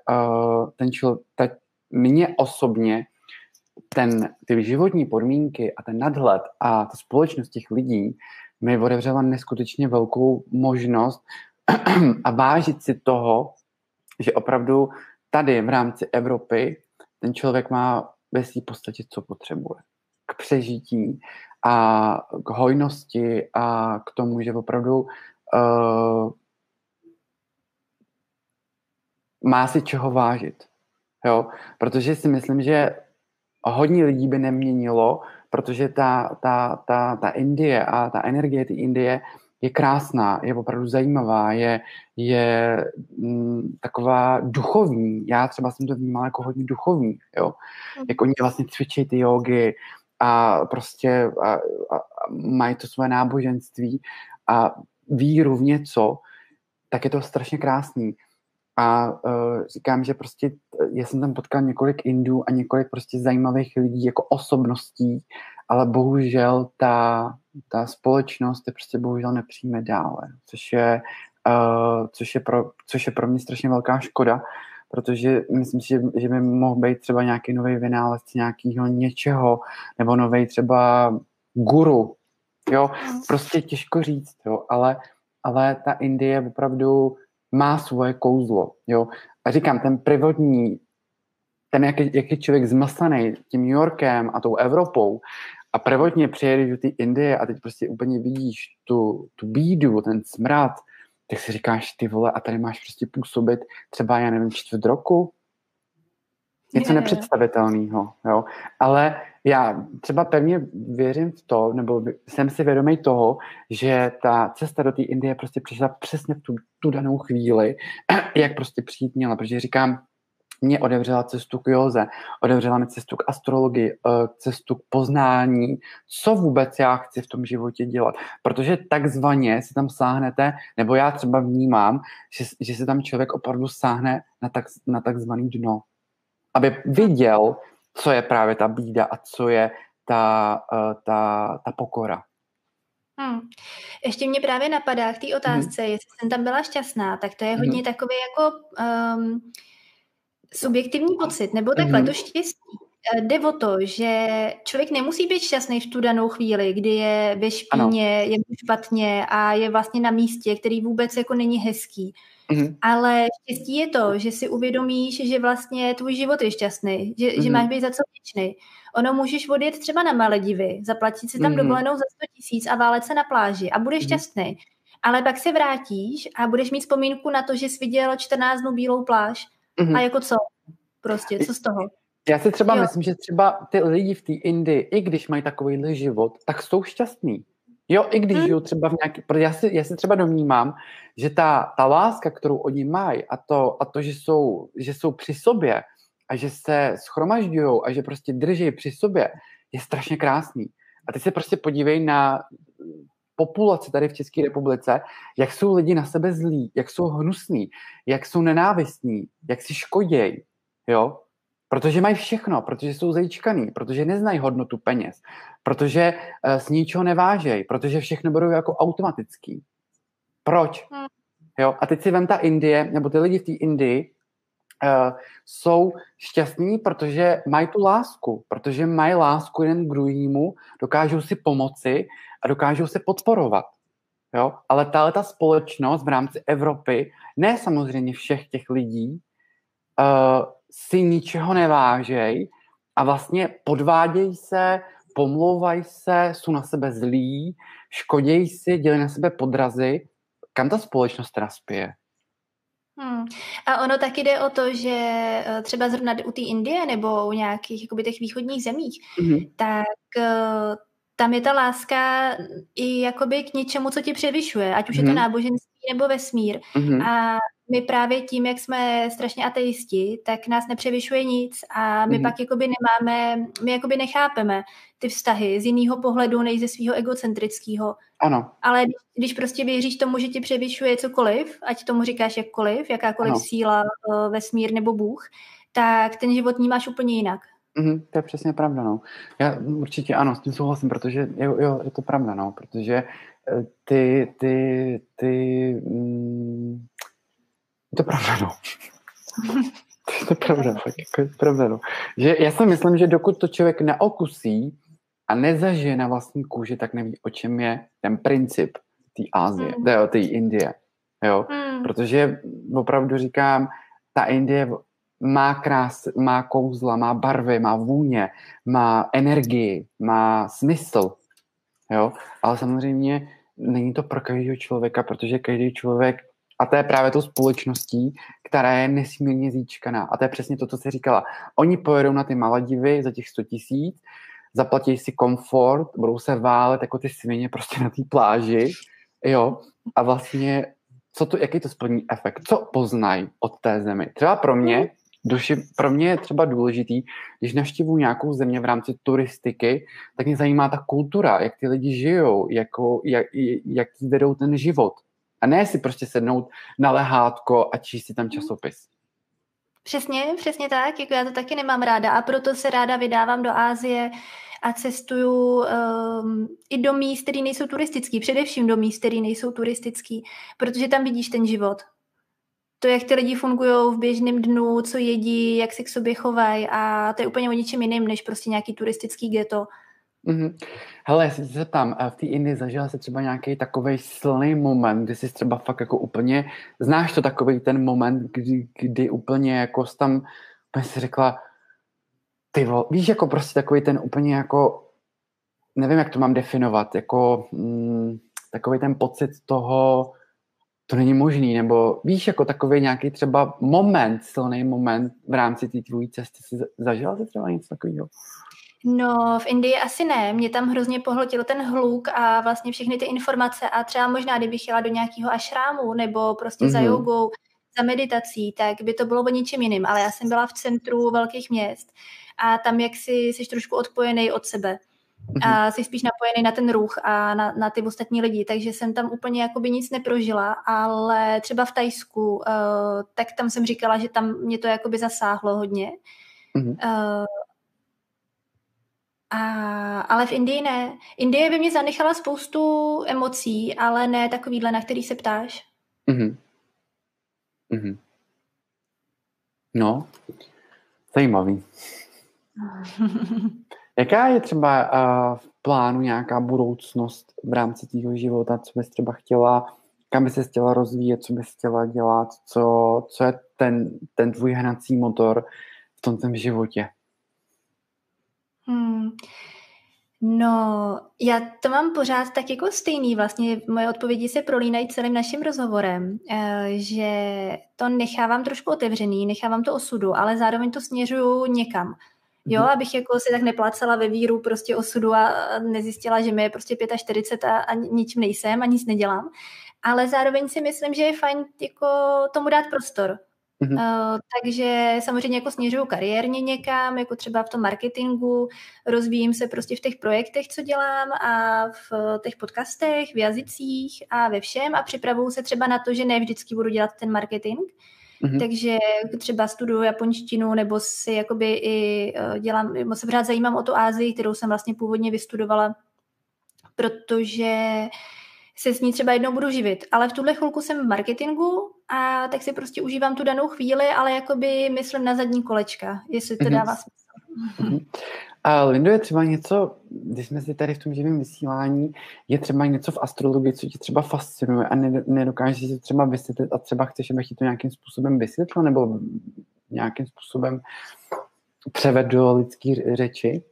Speaker 2: mně osobně ty životní podmínky a ten nadhled a ta společnost těch lidí mi otevřela neskutečně velkou možnost a vážit si toho, že opravdu tady v rámci Evropy ten člověk má ve své podstatě, co potřebuje. K přežití a k hojnosti a k tomu, že opravdu má si čeho vážit. Jo? Protože si myslím, že hodně lidí by neměnilo, protože ta Indie a ta energie té Indie je krásná, je opravdu zajímavá, je taková duchovní. Já třeba jsem to vnímala jako hodně duchovní, jo. Jak oni vlastně cvičí ty jogy a prostě a mají to své náboženství a víru v něco, tak je to strašně krásný. A říkám, že prostě já jsem tam potkal několik Indů a několik prostě zajímavých lidí jako osobností, ale bohužel ta společnost je prostě bohužel nepřijme dále, což je pro mě strašně velká škoda, protože myslím si, že by mohl být třeba nějaký nový vynález nějakého něčeho, nebo nový třeba guru, jo, prostě těžko říct, jo, ale ta Indie opravdu má svoje kouzlo, jo. A říkám, jak je člověk zmasaný tím New Yorkem a tou Evropou a prvotně přijedeš do té Indie a teď prostě úplně vidíš tu bídu, ten smrad, tak si říkáš, ty vole, a tady máš prostě působit třeba, já nevím, 4 roku? Něco nepředstavitelného, jo. Ale já třeba pevně věřím v to, nebo jsem si vědomý toho, že ta cesta do té Indie prostě přišla přesně v tu danou chvíli, jak prostě přijít měla, protože říkám, mě otevřela cestu k józe, otevřela mi cestu k astrologii, cestu k poznání, co vůbec já chci v tom životě dělat. Protože takzvaně si tam sáhnete, nebo já třeba vnímám, že se tam člověk opravdu sáhne na takzvaný dno. Aby viděl, co je právě ta bída a co je ta pokora.
Speaker 1: Ještě mě právě napadá k té otázce, jestli jsem tam byla šťastná, tak to je hodně takový jako subjektivní pocit, nebo takhle to štěstí. Jde o to, že člověk nemusí být šťastný v tu danou chvíli, kdy je ve špíně, je špatně a je vlastně na místě, který vůbec jako není hezký. Ale štěstí je to, že si uvědomíš, že vlastně tvůj život je šťastný, že máš být za co vděčný. Ono můžeš odjet třeba na Maledivy, zaplatit si tam dovolenou za 100 000 a válet se na pláži a budeš šťastný. Ale pak se vrátíš a budeš mít vzpomínku na to, že jsi viděl 14 dnů bílou pláž. A jako co? Prostě, co z toho?
Speaker 2: Já si třeba myslím, že třeba ty lidi v té Indii, i když mají takovýhle život, tak jsou šťastní. Jo, i když žijou třeba v nějaký... Já si třeba domnívám, že ta láska, kterou oni mají a to že jsou při sobě a že se shromažďují a že prostě drží při sobě, je strašně krásný. A teď se prostě podívej na populaci tady v České republice, jak jsou lidi na sebe zlí, jak jsou hnusní, jak jsou nenávistní, jak si škodějí, jo? Protože mají všechno, protože jsou zajíčkaný, protože neznají hodnotu peněz, protože s ničeho nevážejí, protože všechno budou jako automatický. Proč? Jo? A teď si vem ta Indie, nebo ty lidi v té Indii jsou šťastní, protože mají tu lásku, protože mají lásku jeden k druhému, dokážou si pomoci a dokážou se podporovat. Jo? Ale ta společnost v rámci Evropy, ne samozřejmě všech těch lidí, si ničeho nevážej a vlastně podvádějí se, pomlouvají se, jsou na sebe zlí, škodějí si, dělají na sebe podrazy. Kam ta společnost teda spěje?
Speaker 1: A ono taky jde o to, že třeba zrovna u té Indie nebo u nějakých jakoby těch východních zemích, tak tam je ta láska i jakoby k něčemu, co ti převyšuje, ať už je to náboženství nebo vesmír. A my právě tím, jak jsme strašně ateisti, tak nás nepřevyšuje nic a my pak jakoby nemáme, my jakoby nechápeme ty vztahy z jiného pohledu, než ze svého egocentrického.
Speaker 2: Ano.
Speaker 1: Ale když prostě věříš tomu, že ti převyšuje cokoliv, ať tomu říkáš jakkoliv, jakákoliv síla, vesmír nebo Bůh, tak ten život máš úplně jinak.
Speaker 2: To je přesně pravda, no. Já určitě ano, s tím souhlasím, protože jo, je to pravda, no, protože je to pravda, no. Je to pravda, tak jako je to pravda, no. Že já si myslím, že dokud to člověk neokusí a nezažije na vlastní kůži, tak neví, o čem je ten princip té Asie, té Indie, jo. Protože opravdu říkám, ta Indie má krás, má kouzla, má barvy, má vůně, má energii, má smysl, jo. Ale samozřejmě není to pro každého člověka, protože každý člověk, a to je právě tou společností, která je nesmírně zíčkaná. A to je přesně to, co jsi říkala. Oni pojedou na ty Maledivy za těch 100 000, zaplatí si komfort, budou se válet jako ty svině prostě na té pláži, jo. A vlastně, jaký to splní efekt? Co poznají od té zemi? Třeba pro mě je třeba důležitý, když navštěvuju nějakou země v rámci turistiky, tak mě zajímá ta kultura, jak ty lidi žijou, jak vedou ten život. A ne si prostě sednout na lehátko a číst si tam časopis.
Speaker 1: Přesně tak, jako já to taky nemám ráda a proto se ráda vydávám do Asie a cestuju i do míst, které nejsou turistický, především do míst, které nejsou turistický, protože tam vidíš ten život. To, jak ty lidi fungují v běžném dnu, co jedí, jak se k sobě chovají a to je úplně o ničem jiným, než prostě nějaký turistický ghetto.
Speaker 2: Hele, já se zeptám, v té Indii zažila se třeba nějaký takovej silný moment, kdy jsi třeba fakt jako úplně, znáš to takovej ten moment, kdy úplně jako jsi tam, úplně si řekla, víš, jako prostě takový ten úplně jako, nevím, jak to mám definovat, jako takový ten pocit toho, to není možný, nebo víš, jako takový nějaký třeba silný moment v rámci té tvojí cesty, jsi zažila jsi třeba něco takového?
Speaker 1: No, v Indii asi ne. Mě tam hrozně pohltil ten hluk a vlastně všechny ty informace a třeba možná, kdybych jela do nějakého ašrámu nebo prostě za jogou, za meditací, tak by to bylo o ničem jiným. Ale já jsem byla v centru velkých měst a tam jak jsi trošku odpojený od sebe. A jsi spíš napojený na ten ruch a na ty ostatní lidi, takže jsem tam úplně jakoby nic neprožila, ale třeba v Thajsku, tak tam jsem říkala, že tam mě to jakoby zasáhlo hodně. Ale v Indii ne. Indie by mě zanechala spoustu emocí, ale ne takovýhle, na který se ptáš.
Speaker 2: No, zajímavý. Jaká je třeba v plánu nějaká budoucnost v rámci tvýho života, co bys třeba chtěla, kam bys se chtěla rozvíjet, co bys chtěla dělat, co je ten tvůj hnací motor v tom tvém životě?
Speaker 1: No, já to mám pořád tak jako stejný. Vlastně moje odpovědi se prolínají celým naším rozhovorem, že to nechávám trošku otevřený, nechávám to osudu, ale zároveň to směřuju někam. Jo, abych jako si tak neplácala ve víru prostě osudu a nezjistila, že mi je prostě 45 a ničím nejsem a nic nedělám. Ale zároveň si myslím, že je fajn jako tomu dát prostor. Takže samozřejmě jako směřuju kariérně někam, jako třeba v tom marketingu, rozvíjím se prostě v těch projektech, co dělám a v těch podcastech, v jazycích a ve všem a připravuju se třeba na to, že ne vždycky budu dělat ten marketing. Takže třeba studuju japonštinu nebo si jakoby i dělám, se pořád zajímám o tu Asii, kterou jsem vlastně původně vystudovala, protože se s ní třeba jednou budu živit. Ale v tuhle chvilku jsem v marketingu a tak si prostě užívám tu danou chvíli, ale jakoby myslím na zadní kolečka, jestli to dává smysl.
Speaker 2: A Lindo, je třeba něco, když jsme si tady v tom živém vysílání, je třeba něco v astrologii, co tě třeba fascinuje a nedokážeš si třeba vysvětlit a třeba chceš, abych ti to nějakým způsobem vysvětlil nebo nějakým způsobem převedl do lidské řeči?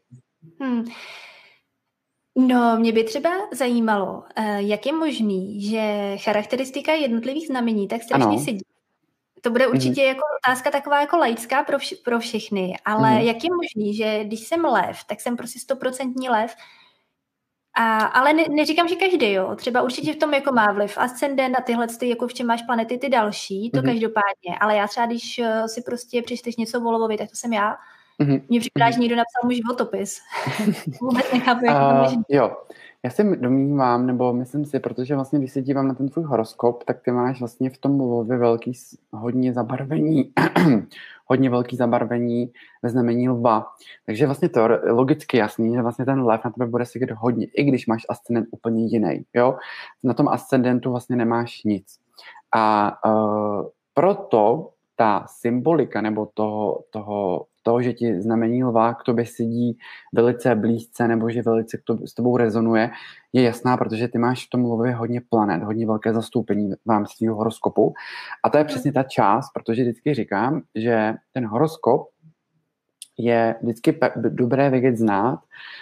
Speaker 1: No, mě by třeba zajímalo, jak je možný, že charakteristika jednotlivých znamení tak strašně sedí. To bude určitě jako otázka taková jako laická pro všechny, ale jak je možný, že když jsem lev, tak jsem prostě 100% lev, ale neříkám, že každý, jo. Třeba určitě v tom jako má vliv ascendent a tyhle, jako v čem máš planety ty další, to každopádně. Ale já třeba, když si prostě přečteš něco o lovovi, tak to jsem já. Mně připadá, že někdo napsal můj životopis. Vůbec nechápu, jak to může.
Speaker 2: Jo, já si domnívám, nebo myslím si, protože vlastně, když se dívám na ten tvůj horoskop, tak ty máš vlastně v tom lově hodně zabarvení, hodně velký zabarvení ve znamení lva. Takže vlastně to je logicky jasný, že vlastně ten lev na tebe bude sedět hodně, i když máš ascendent úplně jiný, jo. Na tom ascendentu vlastně nemáš nic. A proto ta symbolika nebo toho, že ti znamení lva k tobě sedí velice blízce nebo že velice s tobou rezonuje, je jasná, protože ty máš v tom lově hodně planet, hodně velké zastoupení v rámci svého horoskopu. A to je přesně ta část, protože vždycky říkám, že ten horoskop je vždycky dobré vědět znát,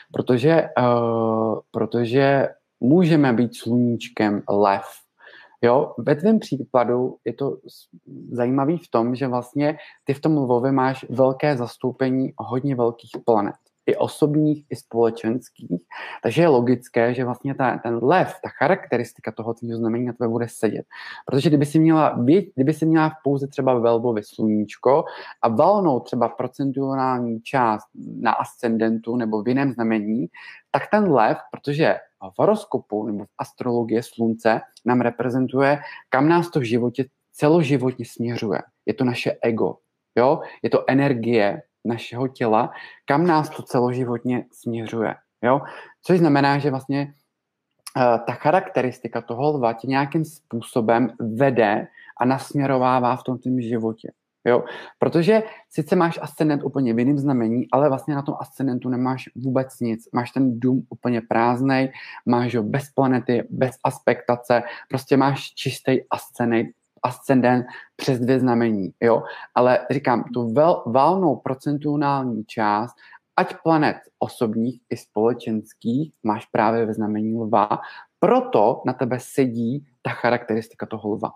Speaker 2: protože můžeme být sluníčkem lev. Jo, ve tvém případu je to zajímavý v tom, že vlastně ty v tom lvově máš velké zastoupení hodně velkých planet. I osobních, i společenských. Takže je logické, že vlastně ten lev, ta charakteristika toho tvýho znamení na tebe bude sedět. Protože kdyby si měla pouze třeba ve lvově sluníčko a valnou třeba procentuální část na ascendentu nebo v jiném znamení, tak ten lev, protože v horoskopu nebo v astrologii slunce nám reprezentuje, kam nás to v životě celoživotně směřuje. Je to naše ego, jo? Je to energie našeho těla, kam nás to celoživotně směřuje. Jo? Což znamená, že vlastně ta charakteristika toho lva tě nějakým způsobem vede a nasměrovává v tom tvém životě. Jo? Protože sice máš ascendent úplně v jiném znamení, ale vlastně na tom ascendentu nemáš vůbec nic. Máš ten dům úplně prázdnej, máš ho bez planety, bez aspektace, prostě máš čistý ascendent přes 2 znamení, jo. Ale říkám, tu valnou procentuální část, ať planet osobních i společenských, máš právě ve znamení lva, proto na tebe sedí ta charakteristika toho lva.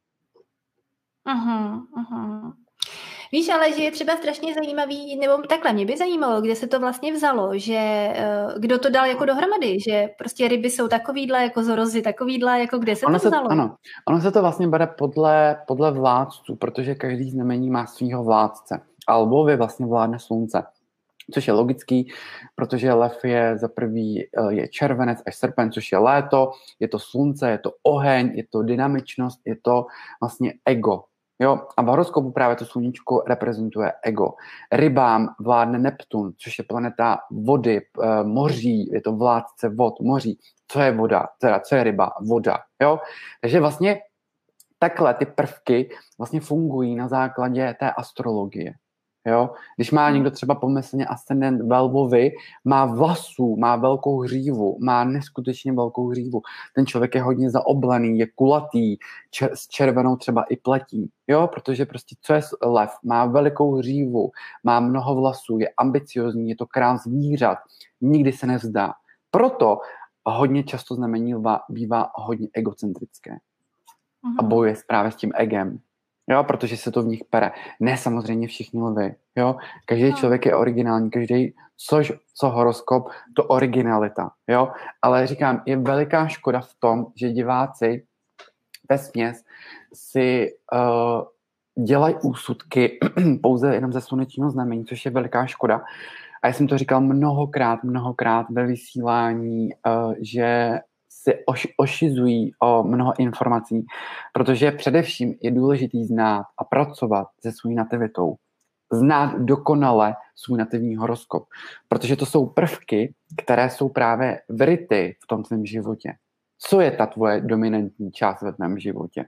Speaker 1: Víš, ale že je třeba strašně zajímavý, nebo takhle, mě by zajímalo, kde se to vlastně vzalo, že kdo to dal jako dohromady, že prostě ryby jsou takovýhle, jako zorozy takovýhle, jako kde se to vzalo?
Speaker 2: Ano, ono se to vlastně bere podle vládců, protože každý znamení má svýho vládce. A lvově vlastně vládne slunce, což je logický, protože lev je za prvý je červenec až srpen, což je léto, je to slunce, je to oheň, je to dynamičnost, je to vlastně ego. Jo, a v horoskopu právě to sluníčko reprezentuje ego. Rybám vládne Neptun, což je planeta vody, moří, je to vládce vod, moří. Co je voda? Teda, co je ryba? Voda. Jo? Takže vlastně takhle ty prvky vlastně fungují na základě té astrologie. Jo? Když má někdo třeba pomyslně ascendent ve lvovi, má vlasů, má velkou hřívu, má neskutečně velkou hřívu. Ten člověk je hodně zaoblený, je kulatý, s červenou třeba i pletí. Jo? Protože prostě co je lev? Má velikou hřívu, má mnoho vlasů, je ambiciozní, je to král zvířat, nikdy se nevzdá. Proto hodně často znamení lva bývá hodně egocentrické. A bojuje právě s tím egem. Jo, protože se to v nich pere. Ne samozřejmě všichni lvy. Jo? Každý člověk je originální, každý, co horoskop, to originalita. Jo? Ale říkám, je veliká škoda v tom, že diváci vesměs si dělají úsudky pouze jenom ze slunečního znamení, což je veliká škoda. A já jsem to říkal mnohokrát ve vysílání, že si ošizují o mnoho informací, protože především je důležitý znát a pracovat se svou nativitou. Znát dokonale svůj nativní horoskop, protože to jsou prvky, které jsou právě vryty v tom tvém životě. Co je ta tvoje dominantní část ve tvém životě?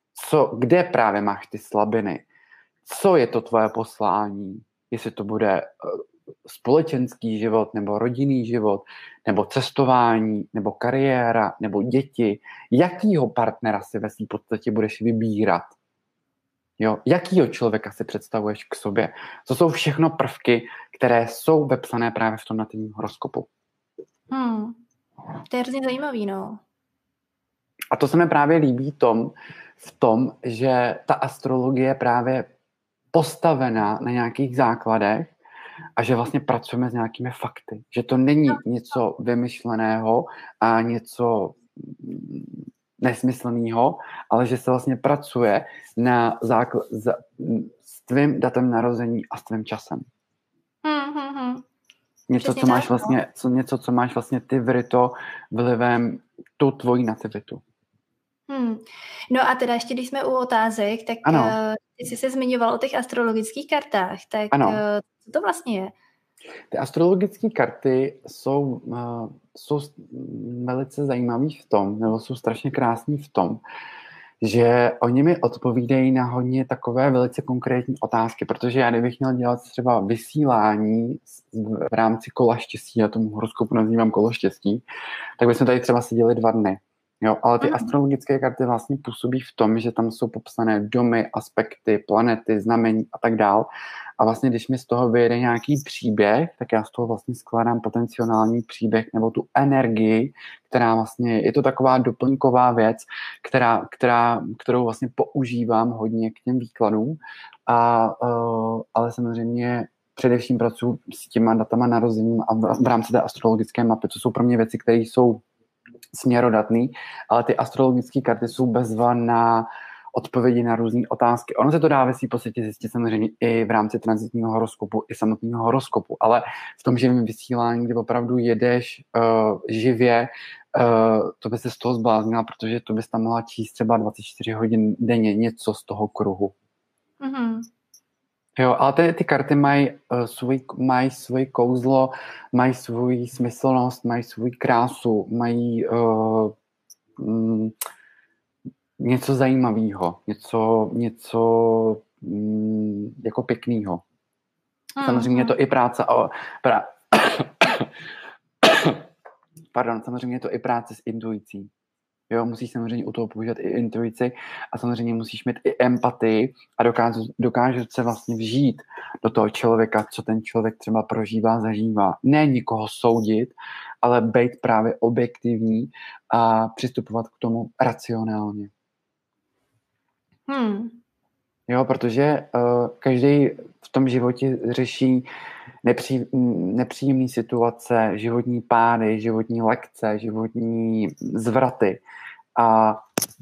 Speaker 2: Kde právě máš ty slabiny? Co je to tvoje poslání? Jestli to bude společenský život, nebo rodinný život, nebo cestování, nebo kariéra, nebo děti. Jakýho partnera si ve svým podstatě budeš vybírat? Jo? Jakýho člověka si představuješ k sobě? To jsou všechno prvky, které jsou vepsané právě v tom nativním horoskopu.
Speaker 1: To je hrozně zajímavý, no.
Speaker 2: A to se mi právě líbí v v tom, že ta astrologie je právě postavená na nějakých základech a že vlastně pracujeme s nějakými fakty. Že to není něco vymyšleného a něco nesmyslného, ale že se vlastně pracuje na s tvým datem narození a s tvým časem. Něco, co máš vlastně ty vryto vlivem tu tvoji nativitu.
Speaker 1: No a teda ještě, když jsme u otázek, tak ty jsi se zmiňoval o těch astrologických kartách, tak co to vlastně je?
Speaker 2: Ty astrologické karty jsou velice zajímavý v tom, nebo jsou strašně krásný v tom, že oni mi odpovídají na hodně takové velice konkrétní otázky, protože já kdybych měl dělat třeba vysílání v rámci kola štěstí, já tomu horoskopu nazývám kolo štěstí, tak bychom tady třeba seděli 2 dny. Jo, ale ty astrologické karty vlastně působí v tom, že tam jsou popsané domy, aspekty, planety, znamení a tak dál. A vlastně, když mi z toho vyjede nějaký příběh, tak já z toho vlastně skládám potenciální příběh nebo tu energii, která vlastně je to taková doplňková věc, kterou vlastně používám hodně k těm výkladům. Ale samozřejmě především pracuji s těma datama narozením a v rámci té astrologické mapy, co jsou pro mě věci, které jsou směrodatný, ale ty astrologické karty jsou bezva na odpovědi na různé otázky. Ono se to dá ve svým podstatě zjistit samozřejmě i v rámci tranzitního horoskopu, i samotného horoskopu, ale v tom živém vysílání, kdy opravdu jedeš živě, to by se z toho zbláznila, protože to bys tam mohla číst třeba 24 hodin denně něco z toho kruhu. Jo, ale ty karty mají svůj kouzlo, mají svůj smyslnost, mají svůj krásu, mají něco zajímavého, něco jako pěkného. Samozřejmě je to i samozřejmě je to i práce s intuicí. Jo, musíš samozřejmě u toho používat i intuici a samozřejmě musíš mít i empatii a dokážet se vlastně vžít do toho člověka, co ten člověk třeba prožívá, zažívá. Ne nikoho soudit, ale být právě objektivní a přistupovat k tomu racionálně. Jo, protože každý v tom životě řeší nepříjemné situace, životní pády, životní lekce, životní zvraty. A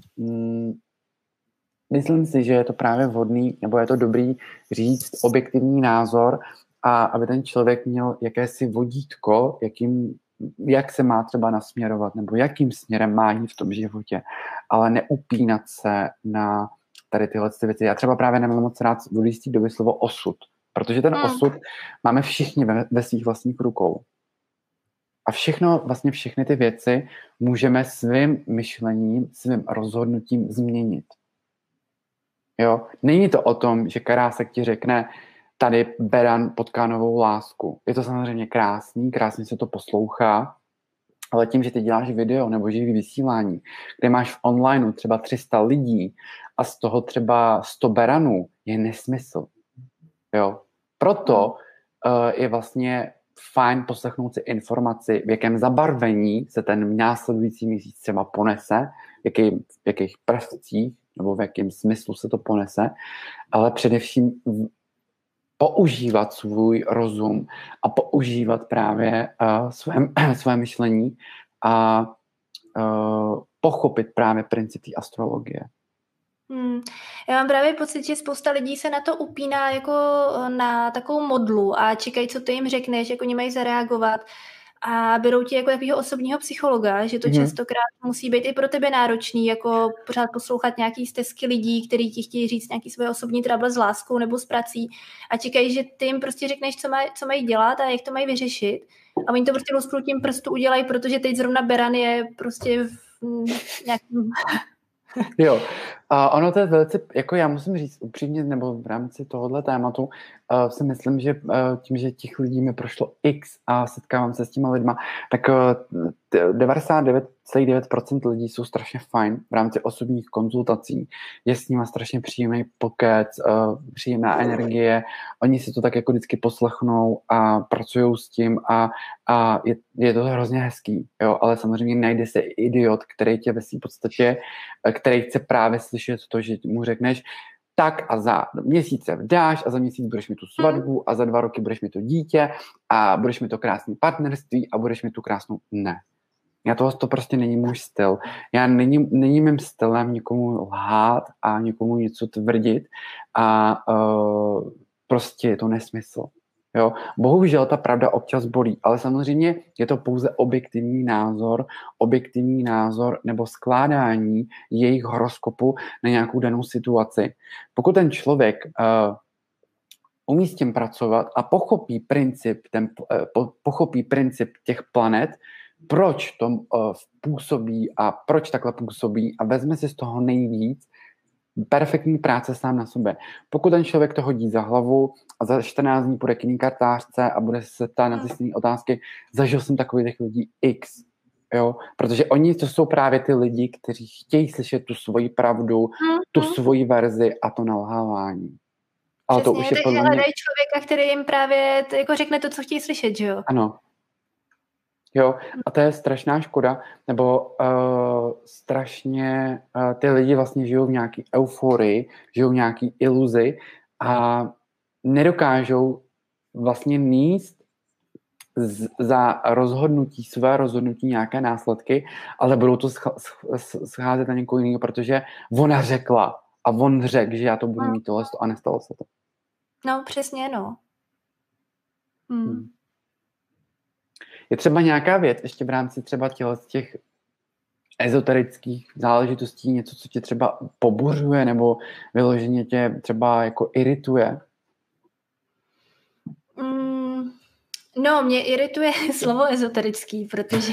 Speaker 2: myslím si, že je to právě vhodný, nebo je to dobrý říct objektivní názor a aby ten člověk měl jakési vodítko, jak se má třeba nasměrovat, nebo jakým směrem má jít v tom životě, ale neupínat se na tady tyhle věci. Já třeba právě nemám moc rád v jisté době slovo osud, protože ten osud máme všichni ve svých vlastních rukou. A všechny ty věci můžeme svým myšlením, svým rozhodnutím změnit. Jo? Není to o tom, že Karásek ti řekne, tady beran potká novou lásku. Je to samozřejmě krásně se to poslouchá, ale tím, že ty děláš video nebo živý vysílání, kde máš v onlineu třeba 300 lidí a z toho třeba 100 beranů, je nesmysl. Jo? Proto je vlastně fajn poslechnout si informaci, v jakém zabarvení se ten následující měsíc třeba ponese, v jakých prvcích nebo v jakém smyslu se to ponese, ale především používat svůj rozum a používat právě své myšlení a pochopit právě princip té astrologie.
Speaker 1: Já mám právě pocit, že spousta lidí se na to upíná jako na takovou modlu a čekají, co ty jim řekneš, jak oni mají zareagovat a berou tě jako takového osobního psychologa, že to častokrát musí být i pro tebe náročný, jako pořád poslouchat nějaký stesky lidí, kteří ti chtějí říct nějaký svoje osobní trouble s láskou nebo s prací a čekají, že ty jim prostě řekneš, co mají dělat a jak to mají vyřešit a oni to prostě rozkrutím prstu udělají, protože teď zrovna beran je prostě v nějakým...
Speaker 2: Jo, a ono to je velice, jako já musím říct upřímně, nebo v rámci tohohle tématu, si myslím, že tím, že těch lidí mi prošlo X a setkávám se s těma lidma, tak 99,9% lidí jsou strašně fajn v rámci osobních konzultací. Je s nima strašně příjemný pokec, příjemná energie, oni si to tak jako vždycky poslechnou a pracují s tím a je to hrozně hezký, jo, ale samozřejmě najde se idiot, který tě ve svým podstatě, který chce právě slyšet slyšet to, že mu řekneš, tak a za měsíc se vdáš a za měsíc budeš mít tu svatbu a za 2 roky budeš mít to dítě a budeš mít to krásné partnerství a budeš mít tu krásnou... Ne. To prostě není můj styl. Není mým stylem někomu lhát a někomu něco tvrdit a prostě je to nesmysl. Jo? Bohužel ta pravda občas bolí, ale samozřejmě je to pouze objektivní názor nebo skládání jejich horoskopu na nějakou danou situaci. Pokud ten člověk umí s tím pracovat a pochopí princip těch planet, proč to působí a proč takhle působí a vezme si z toho nejvíc, perfektní práce sám na sobě. Pokud ten člověk to hodí za hlavu a za 14 dní půjde k jiný kartářce a bude se ptát na ty stejné otázky, zažil jsem takových lidí X. Jo? Protože oni to jsou právě ty lidi, kteří chtějí slyšet tu svoji pravdu, tu svoji verzi a to nalhávání.
Speaker 1: Ale přesně, to už je podle mě... hledají člověka, který jim právě jako řekne to, co chtějí slyšet, že jo?
Speaker 2: Ano. Jo, a to je strašná škoda, nebo strašně ty lidi vlastně žijou v nějaký euforii, žijou v nějaký iluzi a nedokážou vlastně níst za své rozhodnutí nějaké následky, ale budou to scházet na někoho jiného, protože ona řekla a on řekl, že já to budu mít tohle a nestalo se to.
Speaker 1: No, přesně, no.
Speaker 2: Je třeba nějaká věc, ještě v rámci třeba těch ezoterických záležitostí, něco, co tě třeba pobuřuje nebo vyloženě tě třeba jako irituje?
Speaker 1: No, mě irituje slovo ezoterický, protože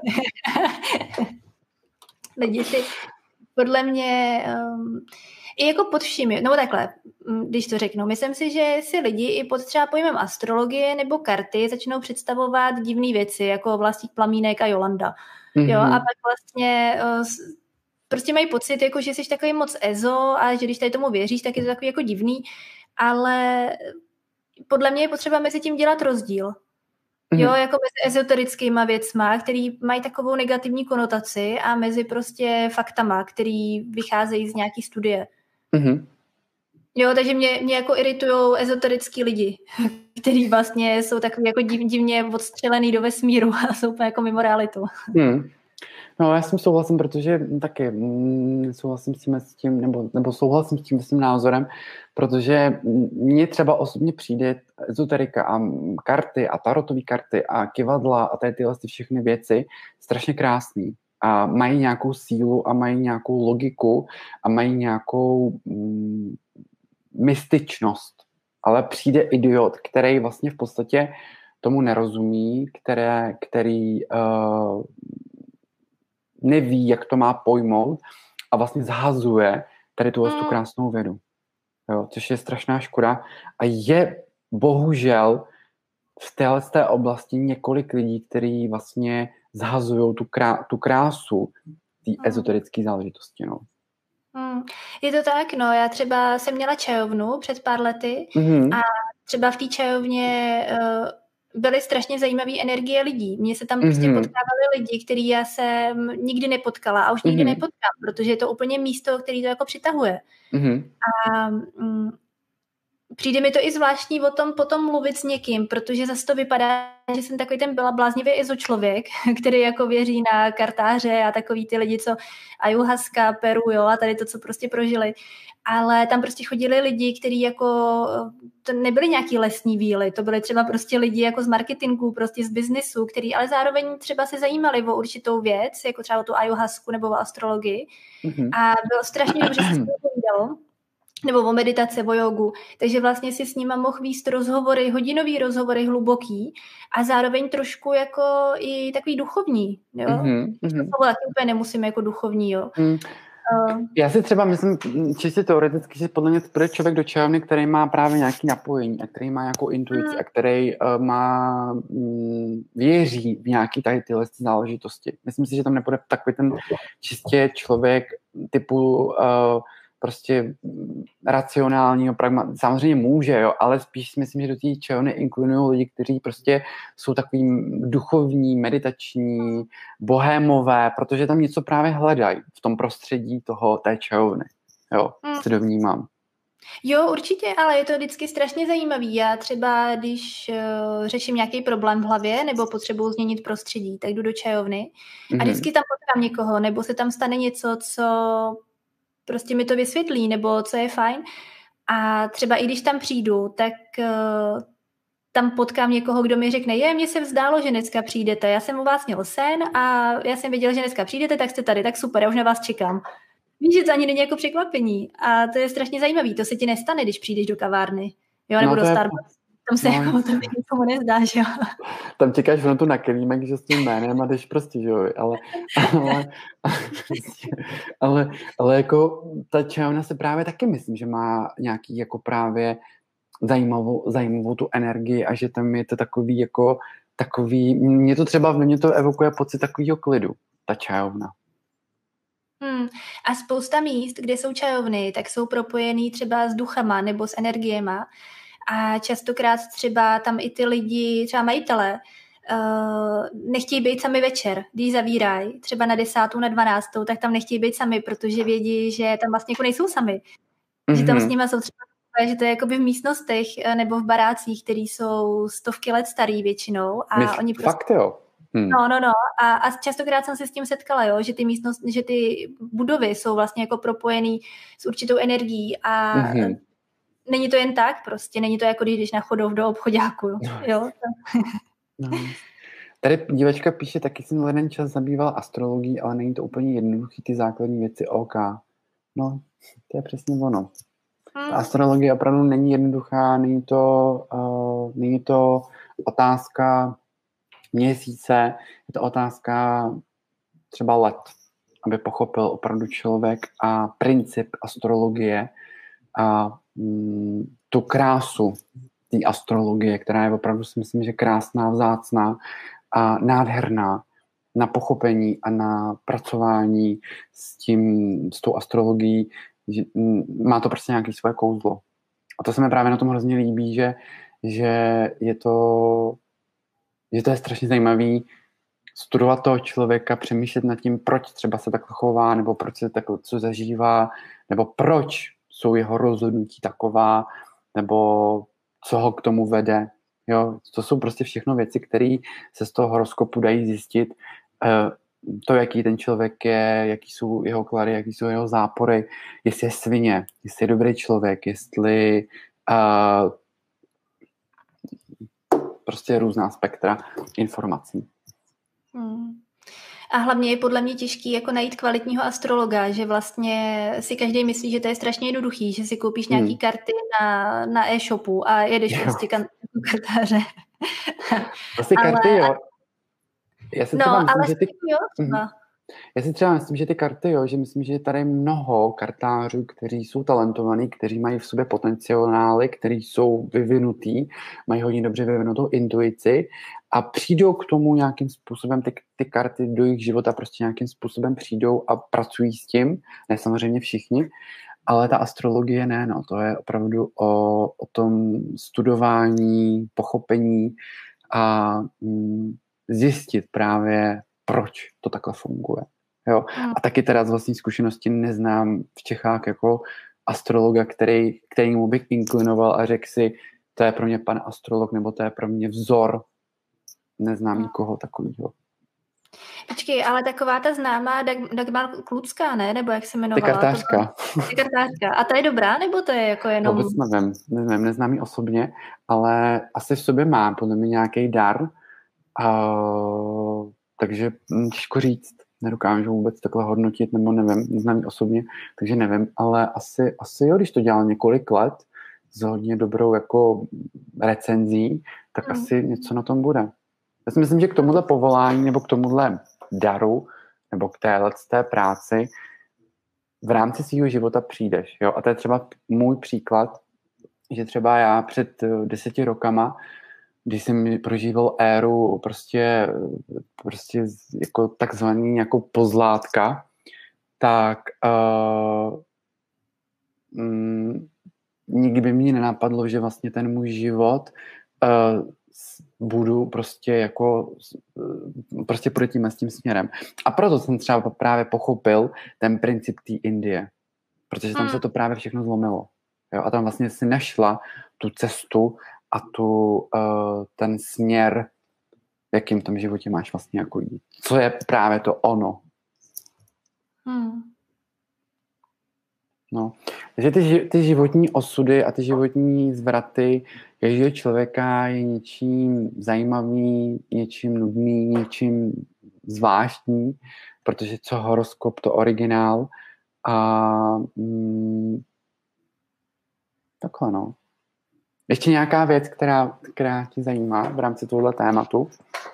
Speaker 1: lidi si podle mě i jako pod všimi, nebo takhle, když to řeknu, myslím si, že si lidi i pod třeba pojmem astrologie nebo karty začnou představovat divné věci, jako Vlastík Plamínek a Jolanda. Jo, a pak vlastně prostě mají pocit, jako, že jsi takový moc ezo a že když tady tomu věříš, tak je to takový jako divný, ale podle mě je potřeba mezi tím dělat rozdíl. Jo, jako mezi ezoterickýma věcma, který mají takovou negativní konotaci a mezi prostě faktama, který vycházejí z nějaký studie. Jo, takže mě jako iritujou ezoterický lidi, který vlastně jsou takový jako divně odstřelený do vesmíru a jsou úplně jako mimo realitu.
Speaker 2: No, já s tím souhlasím, protože taky souhlasím s tím, nebo souhlasím s tím svým názorem, protože mně třeba osobně přijde ezoterika a karty a tarotové karty a kivadla a tyhle všechny věci strašně krásný. A mají nějakou sílu a mají nějakou logiku a mají nějakou mystičnost. Ale přijde idiot, který vlastně v podstatě tomu nerozumí, který neví, jak to má pojmout a vlastně zhazuje tady tu krásnou vědu. Jo, což je strašná škoda. A je bohužel v té oblasti několik lidí, kteří vlastně zhazují tu krásu té ezoterické záležitosti. No.
Speaker 1: Je to tak, no. Já třeba jsem měla čajovnu před pár lety a třeba v té čajovně byly strašně zajímavé energie lidí. Mně se tam prostě potkávali lidi, který já jsem nikdy nepotkala a už nikdy nepotkám, protože je to úplně místo, který to jako přitahuje. A přijde mi to i zvláštní o tom potom mluvit s někým, protože zase to vypadá, že jsem takový ten byla bláznivý ezo člověk, který jako věří na kartáře a takový ty lidi, co ayahuasca, Peru, jo, a tady to, co prostě prožili. Ale tam prostě chodili lidi, kteří jako, to nebyli nějaký lesní víly, to byly třeba prostě lidi jako z marketingu, prostě z biznisu, který ale zároveň třeba se zajímali o určitou věc, jako třeba o tu ayahuasku nebo o astrologii. A bylo strašně dobře, se s tím povídalo. Nebo o meditaci, o jogu. Takže vlastně si s nima mohl vést rozhovory, hodinový rozhovory hluboký a zároveň trošku jako i takový duchovní. Jo? To taky úplně nemusíme jako duchovní, jo.
Speaker 2: Já si třeba myslím, čistě teoreticky, že podle mě bude člověk do čajovny, který má právě nějaké napojení a který má nějakou intuici a který věří v nějaké tady tyhle záležitosti. Myslím si, že tam nebude takový ten čistě člověk typu prostě racionálního samozřejmě může, jo, ale spíš si myslím, že do té čajovny inklinují lidi, kteří prostě jsou takový duchovní, meditační, bohémové, protože tam něco právě hledají v tom prostředí té čajovny. Jo, se dovnímám.
Speaker 1: Jo, určitě, ale je to vždycky strašně zajímavý. Já třeba, když řeším nějaký problém v hlavě nebo potřebuji změnit prostředí, tak jdu do čajovny a vždycky tam potkám někoho, nebo se tam stane něco, co prostě mi to vysvětlí, nebo co je fajn. A třeba i když tam přijdu, tak tam potkám někoho, kdo mi řekne, mně se zdálo, že dneska přijdete, já jsem u vás měl sen a já jsem věděl, že dneska přijdete, tak jste tady, tak super, já už na vás čekám. Víš, že to ani není jako překvapení a to je strašně zajímavý, to se ti nestane, když přijdeš do kavárny, jo, nebo do Starbucks. Tam se jako to nikomu nezdá, že jo.
Speaker 2: Tam čekáš tu na kelímek, že s tím jménem a jdeš prostě, že jo, ale jako ta čajovna se právě taky myslím, že má nějaký jako právě zajímavou tu energii a že tam je to takový, mě to evokuje pocit takového klidu, ta čajovna.
Speaker 1: A spousta míst, kde jsou čajovny, tak jsou propojený třeba s duchama nebo s energiema a častokrát třeba tam i ty lidi, třeba majitelé, nechtějí být sami večer, když zavírají, třeba na 10, na 12, tak tam nechtějí být sami, protože vědí, že tam vlastně jako nejsou sami. Že tam s nimi jsou třeba, že to je jakoby v místnostech nebo v barácích, které jsou stovky let starý většinou. A oni prostě...
Speaker 2: Fakt jo?
Speaker 1: No. A častokrát jsem se s tím setkala, jo, že ty budovy jsou vlastně jako propojený s určitou energií a není to jen tak prostě, není to jako když na chodov do obchodáku, jo.
Speaker 2: No. Tady divačka píše, taky jsem jeden čas zabýval astrologií, ale není to úplně jednoduchý, ty základní věci OK. No, to je přesně ono. Ta astrologie opravdu není jednoduchá, není to otázka měsíce, je to otázka třeba let, aby pochopil opravdu člověk a princip astrologie a tu krásu té astrologie, která je opravdu, si myslím, že krásná, vzácná a nádherná na pochopení a na pracování s tou astrologií, že má to prostě nějaké svoje kouzlo. A to se mi právě na tom hrozně líbí, že je to strašně zajímavý studovat toho člověka, přemýšlet nad tím, proč třeba se takhle chová, nebo proč se takhle co zažívá, nebo proč jsou jeho rozhodnutí taková, nebo co ho k tomu vede. Jo? To jsou prostě všechno věci, které se z toho horoskopu dají zjistit. To, jaký ten člověk je, jaký jsou jeho klady, jaký jsou jeho zápory, jestli je svině, jestli je dobrý člověk, jestli prostě různá spektra informací.
Speaker 1: A hlavně je podle mě těžký jako najít kvalitního astrologa, že vlastně si každý myslí, že to je strašně jednoduchý, že si koupíš nějaký karty na e-shopu a jedeš prostě kartáře.
Speaker 2: Prostě karty, jo. Já si třeba myslím, že ty karty, jo, že myslím, že je tady mnoho kartářů, kteří jsou talentovaní, kteří mají v sobě potenciály, kteří jsou vyvinutý, mají hodně dobře vyvinutou intuici a přijdou k tomu nějakým způsobem, ty karty do jejich života prostě nějakým způsobem přijdou a pracují s tím, ne samozřejmě všichni, ale ta astrologie ne, no, to je opravdu o tom studování, pochopení a zjistit právě, proč to takhle funguje. Jo? A taky teda z vlastní zkušenosti neznám v Čechách jako astrologa, kterýmu bych inklinoval a řekl si, to je pro mě pan astrolog, nebo to je pro mě vzor. Neznám nikoho takového.
Speaker 1: Počkej, ale taková ta známá Dagmar Klucká, ne? Nebo jak se jmenovala?
Speaker 2: Kartářka.
Speaker 1: Kartářka. A ta je dobrá, nebo to je jako jenom...
Speaker 2: Vůbec nevím, neznám ji osobně, ale asi v sobě mám podle mě nějaký dar, takže těžko říct, nedokážu vůbec takhle hodnotit, nebo nevím, neznám ji osobně, takže nevím, ale asi jo, když to dělal několik let s hodně dobrou jako recenzí, tak asi něco na tom bude. Já si myslím, že k tomuhle povolání nebo k tomuhle daru nebo k té práci v rámci svého života přijdeš. Jo? A to je třeba můj příklad, že třeba já před 10 rokama, když jsem prožíval éru prostě jako takzvaný jako pozlátka, tak nikdy by mě nenapadlo, že vlastně ten můj život budu prostě půjdu tím směrem. A proto jsem třeba právě pochopil ten princip té Indie. protože tam se to právě všechno zlomilo. Jo? A tam vlastně si našla tu cestu a ten směr, jakým v tom životě máš vlastně jako jít. Co je právě to ono. No. Takže ty životní osudy a ty životní zvraty každého člověka je něčím zajímavý, něčím nudný, něčím zvláštní, protože co horoskop, to originál. A takhle, no. Ještě nějaká věc, která tě zajímá v rámci tohoto tématu?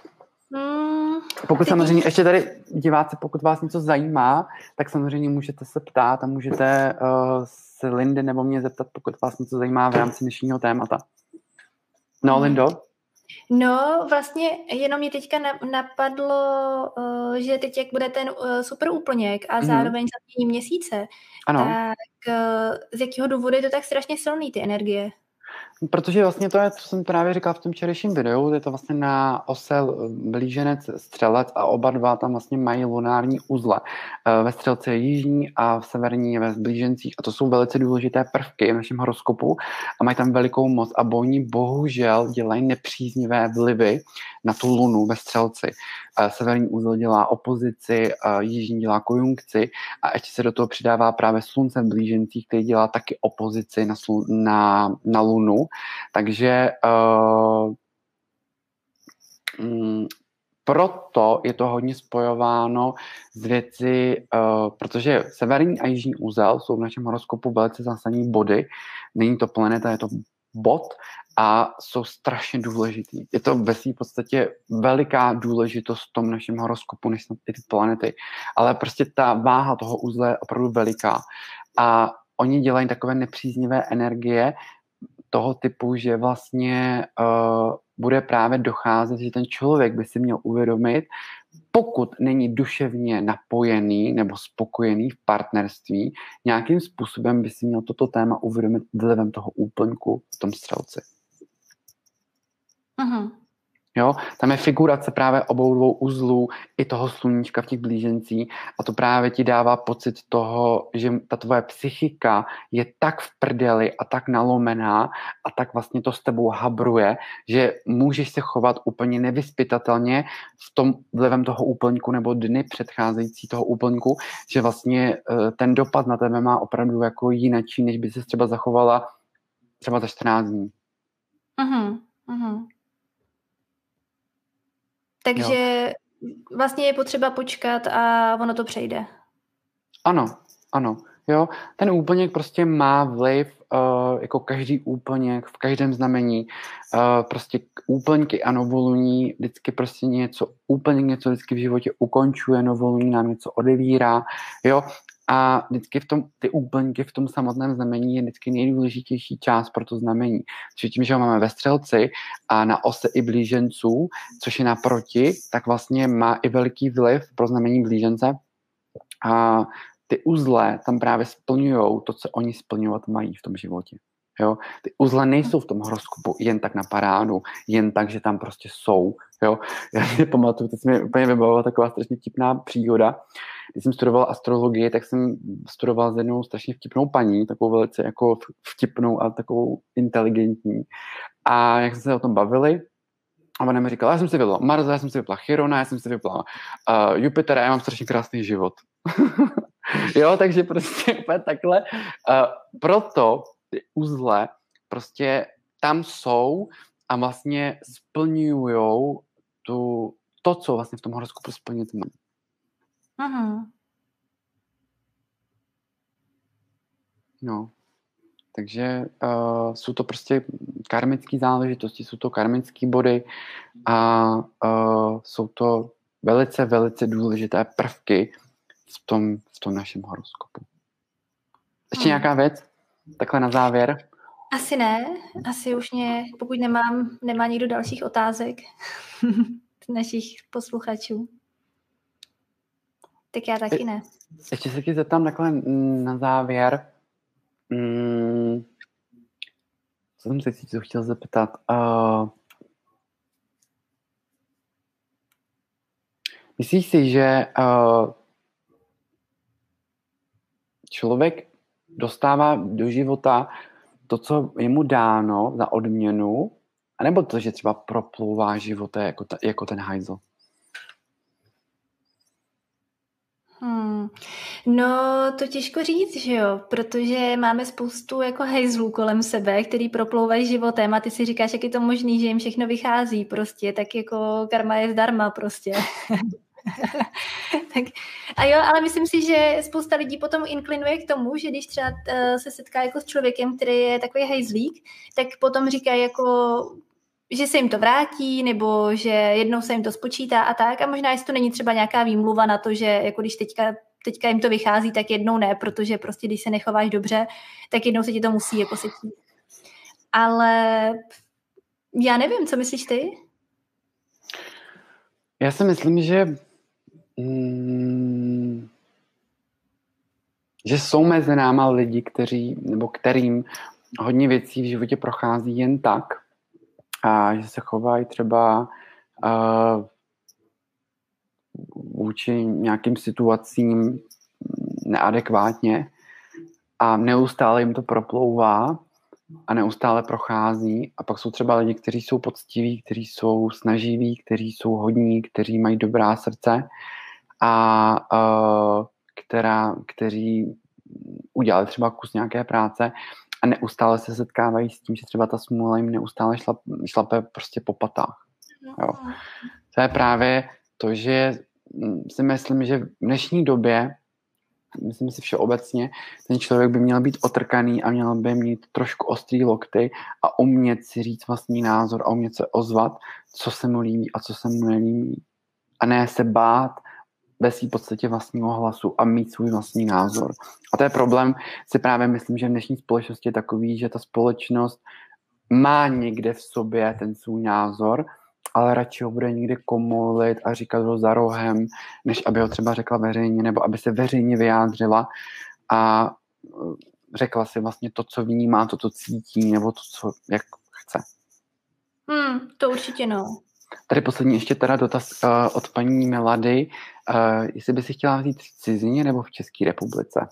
Speaker 2: Pokud samozřejmě, ještě tady diváci, pokud vás něco zajímá, tak samozřejmě můžete se ptát a můžete se Lindy nebo mě zeptat, pokud vás něco zajímá v rámci dnešního témata. No, Lindo?
Speaker 1: No, vlastně jenom mě teďka napadlo, že teď, jak bude ten super úplněk a zároveň zatím měsíce, tak z jakého důvodu je to tak strašně silný, ty energie?
Speaker 2: Protože vlastně to je, co jsem právě říkal v tom včerejším videu, je to vlastně na ose blíženec střelec a oba dva tam vlastně mají lunární uzle. Ve střelci je jižní a v severní je ve blížencích a to jsou velice důležité prvky v našem horoskopu a mají tam velikou moc a oni bohužel dělají nepříznivé vlivy na tu lunu ve střelci. Severní úzel dělá opozici, jižní dělá konjunkci a ještě se do toho přidává právě slunce v blížencích, který dělá taky opozici na lunu. Takže proto je to hodně spojováno s věci, protože severní a jižní úzel jsou v našem horoskopu velice zásadní body. Není to planeta, je to bod a jsou strašně důležitý. Je to ve své podstatě veliká důležitost v tom našem horoskopu, než snad i ty planety. Ale prostě ta váha toho uzla je opravdu veliká. A oni dělají takové nepříznivé energie toho typu, že vlastně bude právě docházet, že ten člověk by si měl uvědomit, pokud není duševně napojený nebo spokojený v partnerství, nějakým způsobem by si měl toto téma uvědomit vlivem toho úplňku v tom střelci. Jo, tam je figurace právě obou dvou uzlů i toho sluníčka v těch blížencích a to právě ti dává pocit toho, že ta tvoje psychika je tak v prdeli a tak nalomená a tak vlastně to s tebou habruje, že můžeš se chovat úplně nevyzpytatelně v tom vlivem toho úplňku nebo dny předcházející toho úplňku, že vlastně ten dopad na tebe má opravdu jako jinačí, než by se třeba zachovala třeba za 14 dní.
Speaker 1: Takže vlastně je potřeba počkat a ono to přejde.
Speaker 2: Ano. Jo, ten úplněk prostě má vliv, jako každý úplněk v každém znamení. Prostě úplňky a novoluní vždycky prostě úplněk něco vždycky v životě ukončuje, novoluní nám něco odevírá, jo. A vždycky ty úplňky v tom samotném znamení je vždycky nejdůležitější část pro to znamení. Čiže tím, že ho máme ve střelci a na ose i blíženců, což je naproti, tak vlastně má i veliký vliv pro znamení blížence. A ty uzle tam právě splňují to, co oni splňovat mají v tom životě. Jo? Ty uzle nejsou v tom horoskopu jen tak na parádu, jen tak, že tam prostě jsou. Jo? Já si pamatuju, teď se mi úplně vybavila taková strašně vtipná příhoda. Když jsem studoval astrologii, tak jsem studoval s jednou strašně vtipnou paní, takovou velice jako vtipnou a takovou inteligentní. A jak jsme se o tom bavili, a ona mi říkala, já jsem si vypla Marsa, já jsem si vypla Chirona, já jsem si vypla Jupitera, já mám strašně krásný život. Jo, takže prostě úplně takhle. Proto ty uzle prostě tam jsou a vlastně splňujou to, co vlastně v tom horoskopu splnit má. No. Takže jsou to prostě karmické záležitosti, jsou to karmické body a jsou to velice, velice důležité prvky v tom našem horoskopu. Ještě nějaká věc? Takhle na závěr?
Speaker 1: Asi ne. Asi už pokud nemá někdo dalších otázek našich posluchačů. Tak já taky ne.
Speaker 2: Ještě se ti zeptám takhle na závěr. Co jsem se chtěl zeptat? Myslíš si, že člověk dostává do života to, co je mu dáno za odměnu, anebo to, že třeba proplouvá životem jako ten hajzl?
Speaker 1: No, to těžko říct, že jo, protože máme spoustu jako hejzlů kolem sebe, který proplouvají životem a ty si říkáš, jak je to možný, že jim všechno vychází prostě, tak jako karma je zdarma prostě. Tak, a jo, ale myslím si, že spousta lidí potom inklinuje k tomu, že když třeba se setká jako s člověkem, který je takový hejzlík, tak potom říkají jako, že se jim to vrátí, nebo že jednou se jim to spočítá a tak. A možná, jestli to není třeba nějaká výmluva na to, že jako když teďka jim to vychází, tak jednou ne, protože prostě když se nechováš dobře, tak jednou se ti to musí jako sečít. Ale já nevím, co myslíš ty?
Speaker 2: Já si myslím, že jsou mezi náma lidi, kterým hodně věcí v životě prochází jen tak a že se chovají třeba vůči nějakým situacím neadekvátně a neustále jim to proplouvá a neustále prochází a pak jsou třeba lidi, kteří jsou poctiví, kteří jsou snaživí, kteří jsou hodní, kteří mají dobrá srdce a kteří udělali třeba kus nějaké práce a neustále se setkávají s tím, že třeba ta smůla jim neustále šlape prostě po patách. Jo. To je právě to, že si myslím, že v dnešní době, myslím si všeobecně, ten člověk by měl být otrkaný a měl by mít trošku ostrý lokty a umět si říct vlastní názor a umět se ozvat, co se mu líbí a co se mu nelíbí. A ne se bát ve svým podstatě vlastního hlasu a mít svůj vlastní názor. A to je problém, si právě myslím, že v dnešní společnosti je takový, že ta společnost má někde v sobě ten svůj názor, ale radši ho bude někde komolit a říkat ho za rohem, než aby ho třeba řekla veřejně, nebo aby se veřejně vyjádřila a řekla si vlastně to, co vnímá, to, co cítí, nebo to, co jak chce.
Speaker 1: To určitě no.
Speaker 2: Tady poslední ještě teda dotaz od paní Milady. Jestli by si chtěla vzít v cizině nebo v České republice?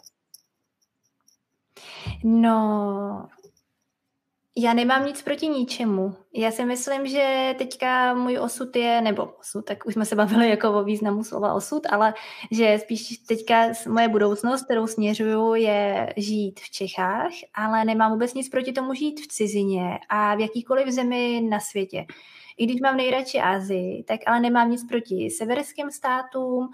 Speaker 1: No, já nemám nic proti ničemu. Já si myslím, že teďka můj osud je, nebo osud, tak už jsme se bavili jako o významu slova osud, ale že spíš teďka moje budoucnost, kterou směřuju, je žít v Čechách, ale nemám vůbec nic proti tomu žít v cizině a v jakýkoliv zemi na světě. I když mám nejradši Asii, tak ale nemám nic proti severským státům,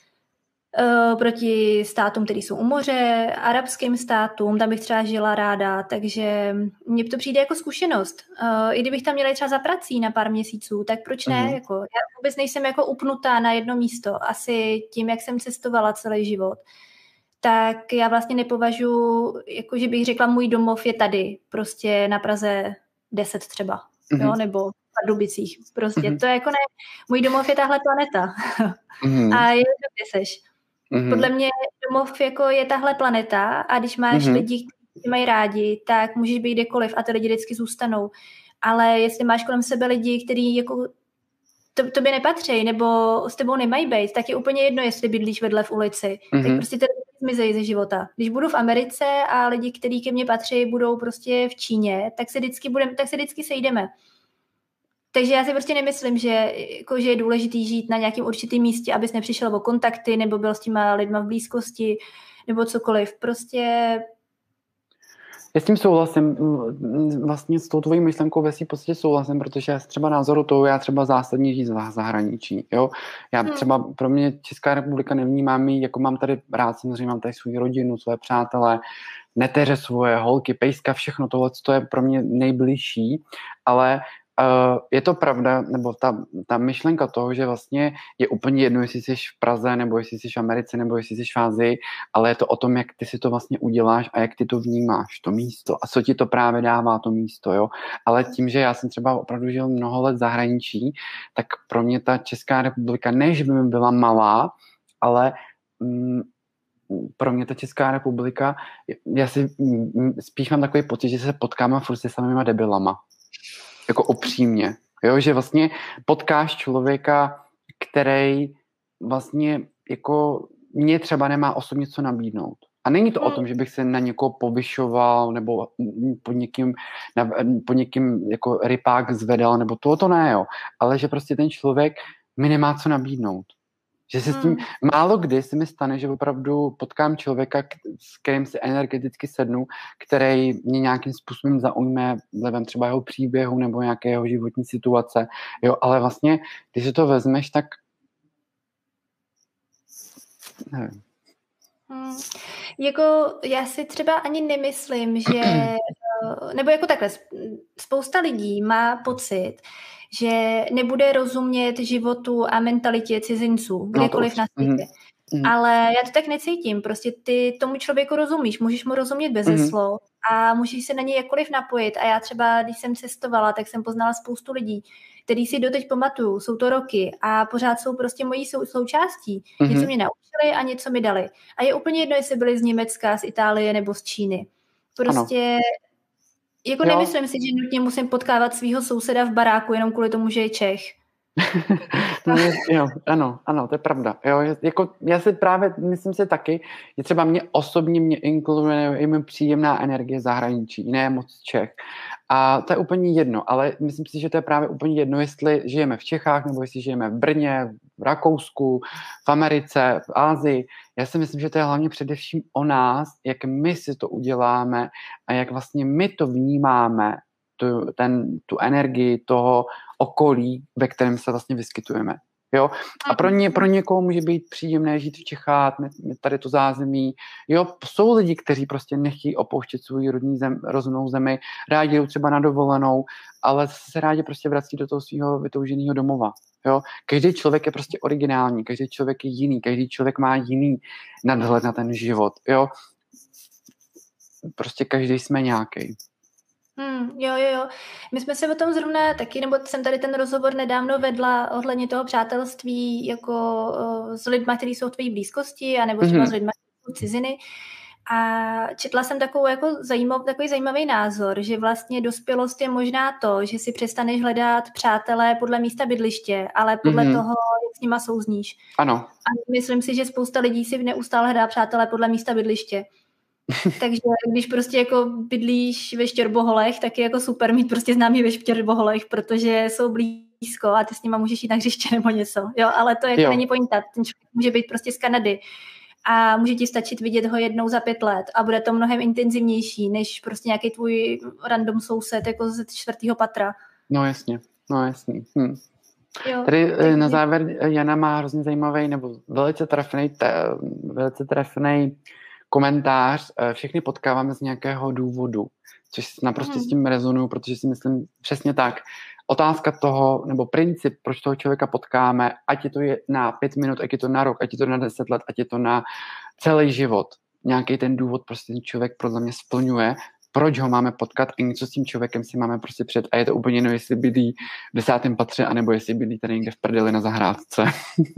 Speaker 1: proti státům, které jsou u moře, arabským státům, tam bych třeba žila ráda, takže mně to přijde jako zkušenost. I kdybych tam měla třeba za prací na pár měsíců, tak proč ne? Jako, já vůbec nejsem jako upnutá na jedno místo. Asi tím, jak jsem cestovala celý život, tak já vlastně nepovažuji, jako že bych řekla, můj domov je tady, prostě na Praze 10 třeba, jo? Nebo v Pardubicích. Prostě to je jako ne, můj domov je tahle planeta. A je to, kde seš. Podle mě domov jako je tahle planeta a když máš lidi, kteří mají rádi, tak můžeš být kdekoliv a ty lidi vždycky zůstanou. Ale jestli máš kolem sebe lidi, kteří jako tobě nepatří nebo s tebou nemají být, tak je úplně jedno, jestli bydlíš vedle v ulici. Tak prostě ty lidi zmizejí ze života. Když budu v Americe a lidi, kteří ke mně patří, budou prostě v Číně, tak se vždycky sejdeme. Takže já si prostě nemyslím, že je důležitý žít na nějakém určitém místě, abys nepřišel o kontakty, nebo byl s těma lidma v blízkosti, nebo cokoliv. Prostě...
Speaker 2: Já s tím souhlasím, vlastně s tou tvojí myšlenkou ve svým podstatě souhlasím, protože já třeba názoru toho, já třeba zásadně žít v zahraničí, jo. Já třeba, pro mě Česká republika nevnímám ji, jako mám tady rád, samozřejmě mám tady svou rodinu, své přátelé, neteře svoje, holky, pejska, všechno tohle, to je pro mě nejbližší, ale je to pravda, nebo ta myšlenka toho, že vlastně je úplně jedno, jestli jsi v Praze, nebo jestli jsi v Americe, nebo jestli jsi v Asii, ale je to o tom, jak ty si to vlastně uděláš a jak ty to vnímáš, to místo a co ti to právě dává to místo, jo. Ale tím, že já jsem třeba opravdu žil mnoho let v zahraničí, tak pro mě ta Česká republika, než by mi byla malá, ale pro mě ta Česká republika, já si spíš mám takový pocit, že se potkáme furt se samýma debilama. Jako upřímně, jo, že vlastně potkáš člověka, který vlastně jako mě třeba nemá osobně co nabídnout. A není to o tom, že bych se na někoho povyšoval nebo po někým jako rypák zvedal, nebo to ne, jo. Ale že prostě ten člověk mi nemá co nabídnout. Že se s tím málo kdy se mi stane, že opravdu potkám člověka, s kterým si energeticky sednu, který mě nějakým způsobem zaujme vlivem třeba jeho příběhu nebo nějaké jeho životní situace. Jo, ale vlastně, když si to vezmeš, tak nevím.
Speaker 1: Jako já si třeba ani nemyslím, že nebo jako takhle, spousta lidí má pocit, že nebude rozumět životu a mentalitě cizinců, kdekoliv na světě. Ale já to tak necítím. Prostě ty tomu člověku rozumíš, můžeš mu rozumět beze slov a můžeš se na něj jakkoliv napojit. A já třeba, když jsem cestovala, tak jsem poznala spoustu lidí, který si doteď pamatuju, jsou to roky a pořád jsou prostě mojí součástí. Něco mě naučili a něco mi dali. A je úplně jedno, jestli byli z Německa, z Itálie nebo z Číny. Prostě jako nemyslím si, že nutně musím potkávat svého souseda v baráku jenom kvůli tomu, že je Čech.
Speaker 2: Jo, ano, to je pravda. Jo, jako já si právě myslím si taky, že třeba mě osobně inkluduje i příjemná energie zahraničí, ne moc Čech. A to je úplně jedno, ale myslím si, že to je právě úplně jedno, jestli žijeme v Čechách, nebo jestli žijeme v Brně, v Rakousku, v Americe, v Asii. Já si myslím, že to je hlavně především o nás, jak my si to uděláme a jak vlastně my to vnímáme, tu energii toho okolí, ve kterém se vlastně vyskytujeme. Jo? A pro někoho může být příjemné žít v Čechách, tady to zázemí. Jo? Jsou lidi, kteří prostě nechtějí opouštět svou rodnou zemi, rádi jdou třeba na dovolenou, ale se rádi prostě vrací do toho svého vytouženého domova. Jo? Každý člověk je prostě originální, každý člověk je jiný, každý člověk má jiný nadhled na ten život. Jo? Prostě každý jsme nějaký.
Speaker 1: Jo. My jsme se o tom zrovna taky, nebo jsem tady ten rozhovor nedávno vedla ohledně toho přátelství jako s lidma, kteří jsou v tvojí blízkosti, anebo třeba s lidma, kteří jsou ciziny. A četla jsem takový zajímavý názor, že vlastně dospělost je možná to, že si přestaneš hledat přátelé podle místa bydliště, ale podle toho, jak s nima souzníš.
Speaker 2: Ano.
Speaker 1: A myslím si, že spousta lidí si neustále hledá přátelé podle místa bydliště. Takže když prostě jako bydlíš ve Štěrboholech, tak je jako super mít prostě známý ve Štěrboholech, protože jsou blízko a ty s nima můžeš jít na hřiště nebo něco. Jo, ale to jako není pointa. Ten člověk může být prostě z Kanady a může ti stačit vidět ho jednou za 5 let a bude to mnohem intenzivnější, než prostě nějaký tvůj random soused jako ze 4. patra.
Speaker 2: No jasně. Jo, tady na závěr Jana má hrozně zajímavý nebo velice trefnej komentář. Všechny potkáváme z nějakého důvodu, což naprosto s tím rezonuju, protože si myslím přesně tak. Otázka toho, nebo princip, proč toho člověka potkáme, ať je to na 5 minut, ať je to na rok, ať je to na 10 let, ať je to na celý život. Nějaký ten důvod prostě ten člověk podle mě splňuje, proč ho máme potkat a něco s tím člověkem si máme prostě před. A je to úplně jedno, jestli bydlí v 10. patře, anebo jestli bydlí tady někde v prdeli na zahrádce.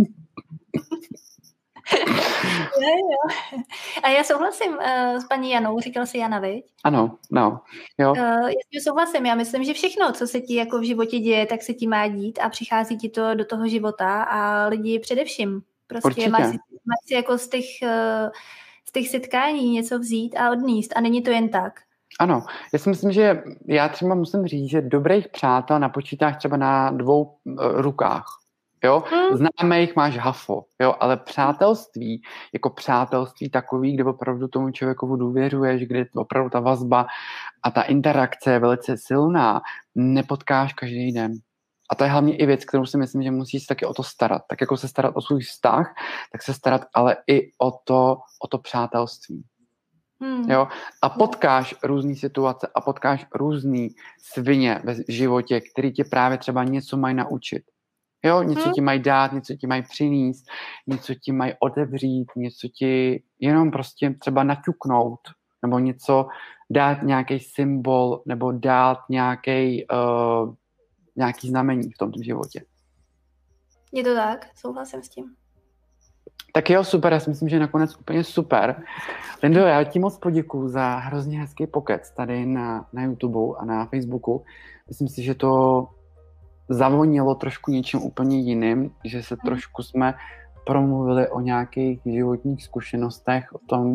Speaker 1: Jo. A já souhlasím s paní Janou, říkal jsi Jana, viď?
Speaker 2: Ano, jo.
Speaker 1: Já souhlasím, já myslím, že všechno, co se ti jako v životě děje, tak se ti má dít a přichází ti to do toho života a lidi především. Prostě máš si jako z těch setkání něco vzít a odníst a není to jen tak.
Speaker 2: Ano, já si myslím, že já třeba musím říct, že dobrých přátel napočítáš třeba na 2 rukách. Jo? Známých máš hafo, jo? Ale přátelství, jako přátelství takový, kde opravdu tomu člověku důvěřuješ, kde opravdu ta vazba a ta interakce je velice silná, nepotkáš každý den. A to je hlavně i věc, kterou si myslím, že musíš taky o to starat. Tak jako se starat o svůj vztah, tak se starat ale i o to přátelství. Jo? A potkáš různý situace a potkáš různý svině ve životě, který tě právě třeba něco mají naučit. Jo, něco ti mají dát, něco ti mají přinést, něco ti mají otevřít, něco ti jenom prostě třeba naťuknout, nebo něco dát nějaký symbol, nebo dát nějaký znamení v tom životě.
Speaker 1: Je to tak, souhlasím s tím.
Speaker 2: Tak jo, super, já si myslím, že nakonec úplně super. Lindo, já ti moc poděkuju za hrozně hezký pokec tady na YouTube a na Facebooku. Myslím si, že to zavonilo trošku něčím úplně jiným, že se trošku jsme promluvili o nějakých životních zkušenostech, o tom,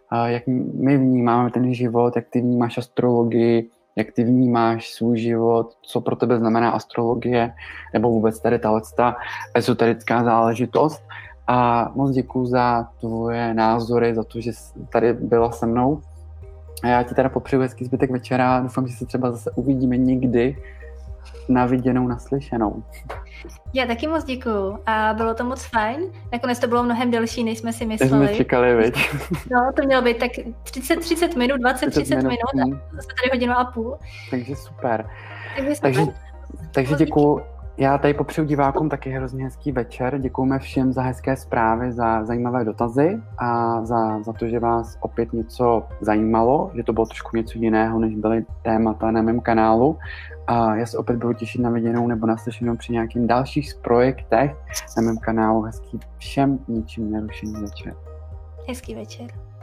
Speaker 2: jak my vnímáme ten život, jak ty vnímáš astrologii, jak ty vnímáš svůj život, co pro tebe znamená astrologie, nebo vůbec tady ta ezoterická záležitost. A moc děkuju za tvoje názory, za to, že jsi tady byla se mnou. A já ti teda popřeju hezký zbytek večera. Doufám, že se třeba zase uvidíme někdy na viděnou, naslyšenou.
Speaker 1: Já taky moc děkuju a bylo to moc fajn. Nakonec to bylo mnohem delší, než jsme si mysleli.
Speaker 2: Jsme čekali, viď?
Speaker 1: No, to mělo být tak 30 minut, 20-30 minut a zase tady 1,5 hodiny.
Speaker 2: Takže super. Takže děkuju. Já tady popřeju divákům taky hrozně hezký večer. Děkujeme všem za hezké zprávy, za zajímavé dotazy a za to, že vás opět něco zajímalo, že to bylo trošku něco jiného, než byly témata na mém kanálu. A já se opět budu těšit na viděnou nebo naslyšenou při nějakým dalších projektech na mém kanálu. Hezký všem ničím nerušený večer.
Speaker 1: Hezký večer.